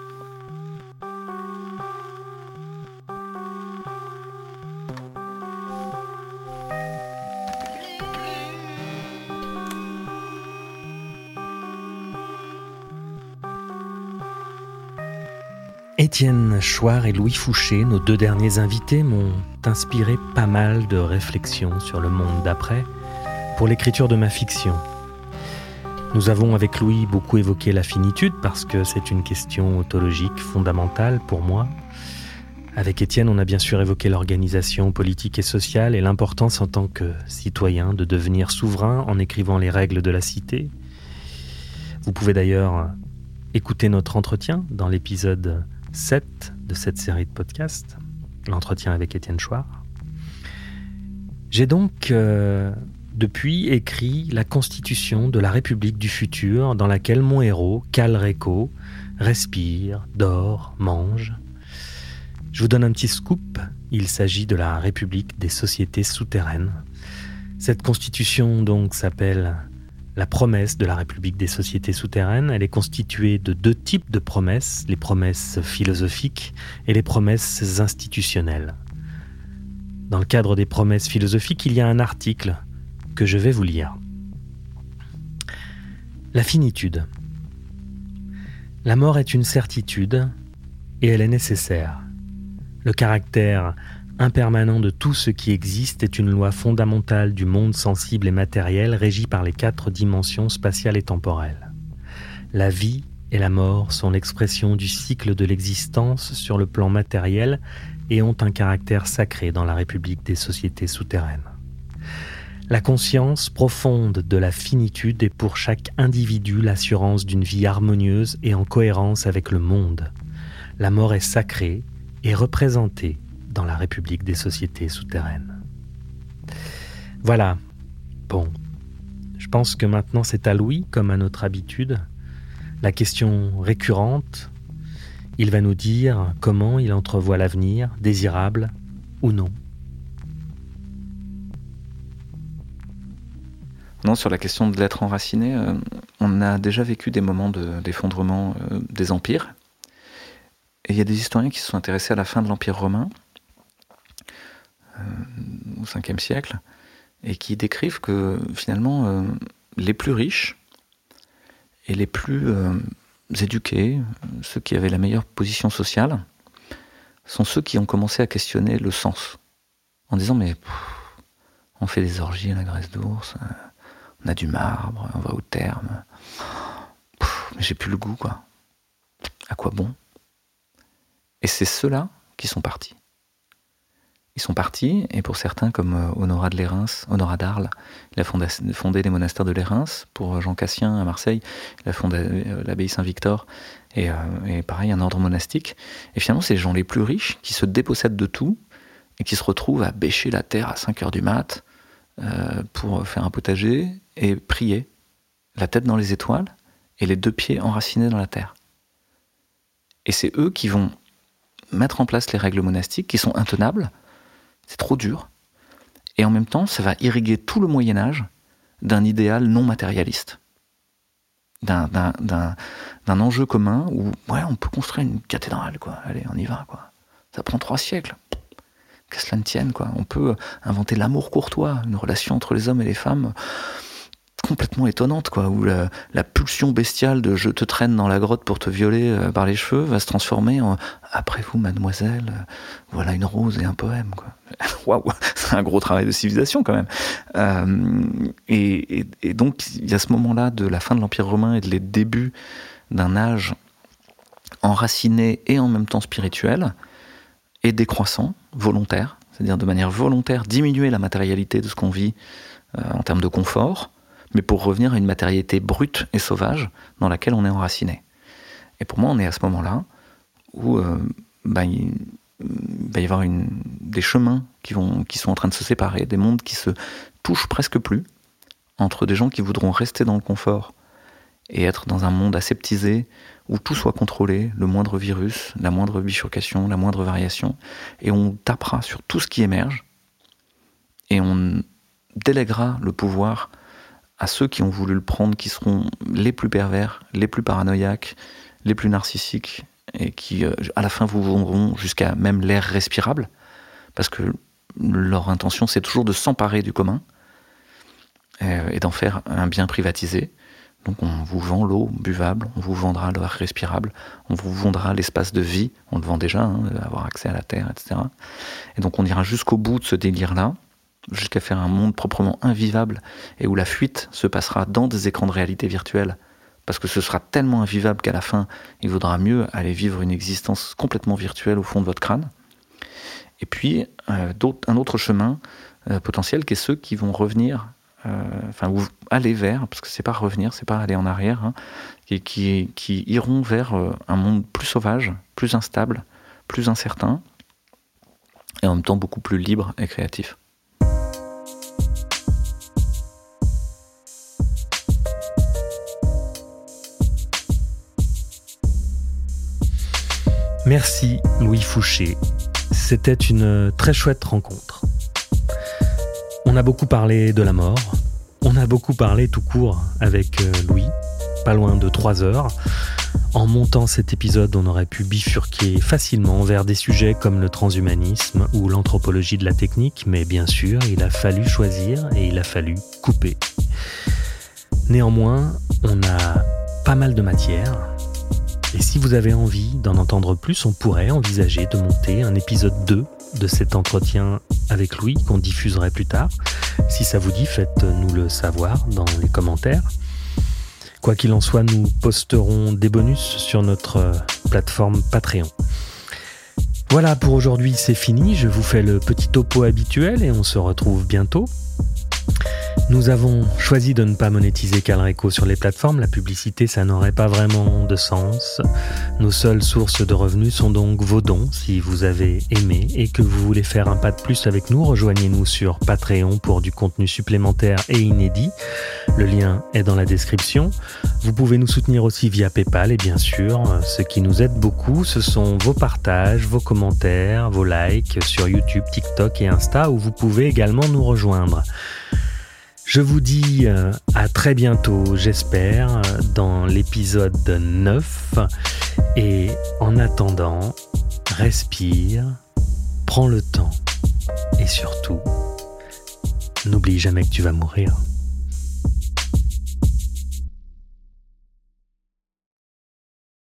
S2: Étienne Chouard et Louis Fouché, nos deux derniers invités, m'ont inspiré pas mal de réflexions sur le monde d'après pour l'écriture de ma fiction. Nous avons avec Louis beaucoup évoqué la finitude parce que c'est une question ontologique fondamentale pour moi. Avec Étienne, on a bien sûr évoqué l'organisation politique et sociale et l'importance en tant que citoyen de devenir souverain en écrivant les règles de la cité. Vous pouvez d'ailleurs écouter notre entretien dans l'épisode 7 de cette série de podcasts, l'entretien avec Étienne Chouard. J'ai donc depuis écrit la constitution de la République du futur dans laquelle mon héros, Cal Réco, respire, dort, mange. Je vous donne un petit scoop, il s'agit de la République des sociétés souterraines. Cette constitution donc s'appelle la promesse de la République des sociétés souterraines. Elle est constituée de deux types de promesses, les promesses philosophiques et les promesses institutionnelles. Dans le cadre des promesses philosophiques, il y a un article que je vais vous lire. La finitude. La mort est une certitude et elle est nécessaire. Le caractère impermanent de tout ce qui existe est une loi fondamentale du monde sensible et matériel régie par les 4 dimensions spatiales et temporelles. La vie et la mort sont l'expression du cycle de l'existence sur le plan matériel et ont un caractère sacré dans la République des sociétés souterraines. La conscience profonde de la finitude est pour chaque individu l'assurance d'une vie harmonieuse et en cohérence avec le monde. La mort est sacrée et représentée dans la République des sociétés souterraines. Voilà. Bon. Je pense que maintenant c'est à Louis, comme à notre habitude. La question récurrente, Il va nous dire comment il entrevoit l'avenir, désirable ou non.
S3: Non, sur la question de l'être enraciné, on a déjà vécu des moments d'effondrement des empires. Et il y a des historiens qui se sont intéressés à la fin de l'Empire romain, au 5e siècle, et qui décrivent que finalement, les plus riches et les plus éduqués, ceux qui avaient la meilleure position sociale, sont ceux qui ont commencé à questionner le sens. En disant, mais on fait des orgies à la graisse d'ours, on a du marbre, on va au terme. Mais j'ai plus le goût, quoi. À quoi bon ? Et c'est ceux-là qui sont partis. Ils sont partis, et pour certains, comme Honorat d'Arles, il a fondé les monastères de Lérins. Pour Jean Cassien, à Marseille, il a fondé l'abbaye Saint-Victor, et pareil, un ordre monastique. Et finalement, c'est les gens les plus riches qui se dépossèdent de tout, et qui se retrouvent à bêcher la terre à 5h du mat', pour faire un potager, et prier, la tête dans les étoiles, et les 2 pieds enracinés dans la terre. Et c'est eux qui vont mettre en place les règles monastiques, qui sont intenables, c'est trop dur, et en même temps, ça va irriguer tout le Moyen-Âge d'un idéal non matérialiste, d'un enjeu commun où, ouais, on peut construire une cathédrale, quoi. Allez, on y va, quoi. Ça prend 3 siècles. Que cela ne tienne, quoi. On peut inventer l'amour courtois, une relation entre les hommes et les femmes complètement étonnante, quoi, où la pulsion bestiale de « je te traîne dans la grotte pour te violer par les cheveux » va se transformer en « après vous, mademoiselle, voilà une rose et un poème », quoi. Waouh, c'est un gros travail de civilisation, quand même. Et donc, il y a ce moment-là de la fin de l'Empire romain et des débuts d'un âge enraciné et en même temps spirituel, et décroissant, volontaire, c'est-à-dire de manière volontaire diminuer la matérialité de ce qu'on vit en termes de confort, mais pour revenir à une matérialité brute et sauvage dans laquelle on est enraciné. Et pour moi, on est à ce moment-là où il va y avoir des chemins qui sont en train de se séparer, des mondes qui se touchent presque plus, entre des gens qui voudront rester dans le confort et être dans un monde aseptisé, où tout soit contrôlé, le moindre virus, la moindre bifurcation, la moindre variation, et on tapera sur tout ce qui émerge, et on délèguera le pouvoir à ceux qui ont voulu le prendre, qui seront les plus pervers, les plus paranoïaques, les plus narcissiques, et qui, à la fin, vous vendront jusqu'à même l'air respirable, parce que leur intention, c'est toujours de s'emparer du commun, et d'en faire un bien privatisé. Donc on vous vend l'eau buvable, on vous vendra l'air respirable, on vous vendra l'espace de vie, on le vend déjà, avoir accès à la terre, etc. Et donc on ira jusqu'au bout de ce délire-là, jusqu'à faire un monde proprement invivable, et où la fuite se passera dans des écrans de réalité virtuelle, parce que ce sera tellement invivable qu'à la fin, il vaudra mieux aller vivre une existence complètement virtuelle au fond de votre crâne. Et puis, un autre chemin potentiel, qui est ceux qui vont revenir, ou aller vers, parce que c'est pas revenir, c'est pas aller en arrière, hein, qui iront vers un monde plus sauvage, plus instable, plus incertain, et en même temps beaucoup plus libre et créatif.
S2: Merci Louis Fouché. C'était une très chouette rencontre. On a beaucoup parlé de la mort, on a beaucoup parlé tout court avec Louis, pas loin de 3 heures. En montant cet épisode, on aurait pu bifurquer facilement vers des sujets comme le transhumanisme ou l'anthropologie de la technique, mais bien sûr, il a fallu choisir et il a fallu couper. Néanmoins, on a pas mal de matière. Et si vous avez envie d'en entendre plus, on pourrait envisager de monter un épisode 2 de cet entretien avec Louis qu'on diffuserait plus tard. Si ça vous dit, faites-nous le savoir dans les commentaires. Quoi qu'il en soit, nous posterons des bonus sur notre plateforme Patreon. Voilà, pour aujourd'hui, c'est fini. Je vous fais le petit topo habituel et on se retrouve bientôt. Nous avons choisi de ne pas monétiser Calreco sur les plateformes. La publicité, ça n'aurait pas vraiment de sens. Nos seules sources de revenus sont donc vos dons. Si vous avez aimé et que vous voulez faire un pas de plus avec nous, rejoignez-nous sur Patreon pour du contenu supplémentaire et inédit. Le lien est dans la description. Vous pouvez nous soutenir aussi via PayPal et bien sûr, ce qui nous aide beaucoup, ce sont vos partages, vos commentaires, vos likes sur YouTube, TikTok et Insta où vous pouvez également nous rejoindre. Je vous dis à très bientôt, j'espère, dans l'épisode 9. Et en attendant, respire, prends le temps et surtout, n'oublie jamais que tu vas mourir.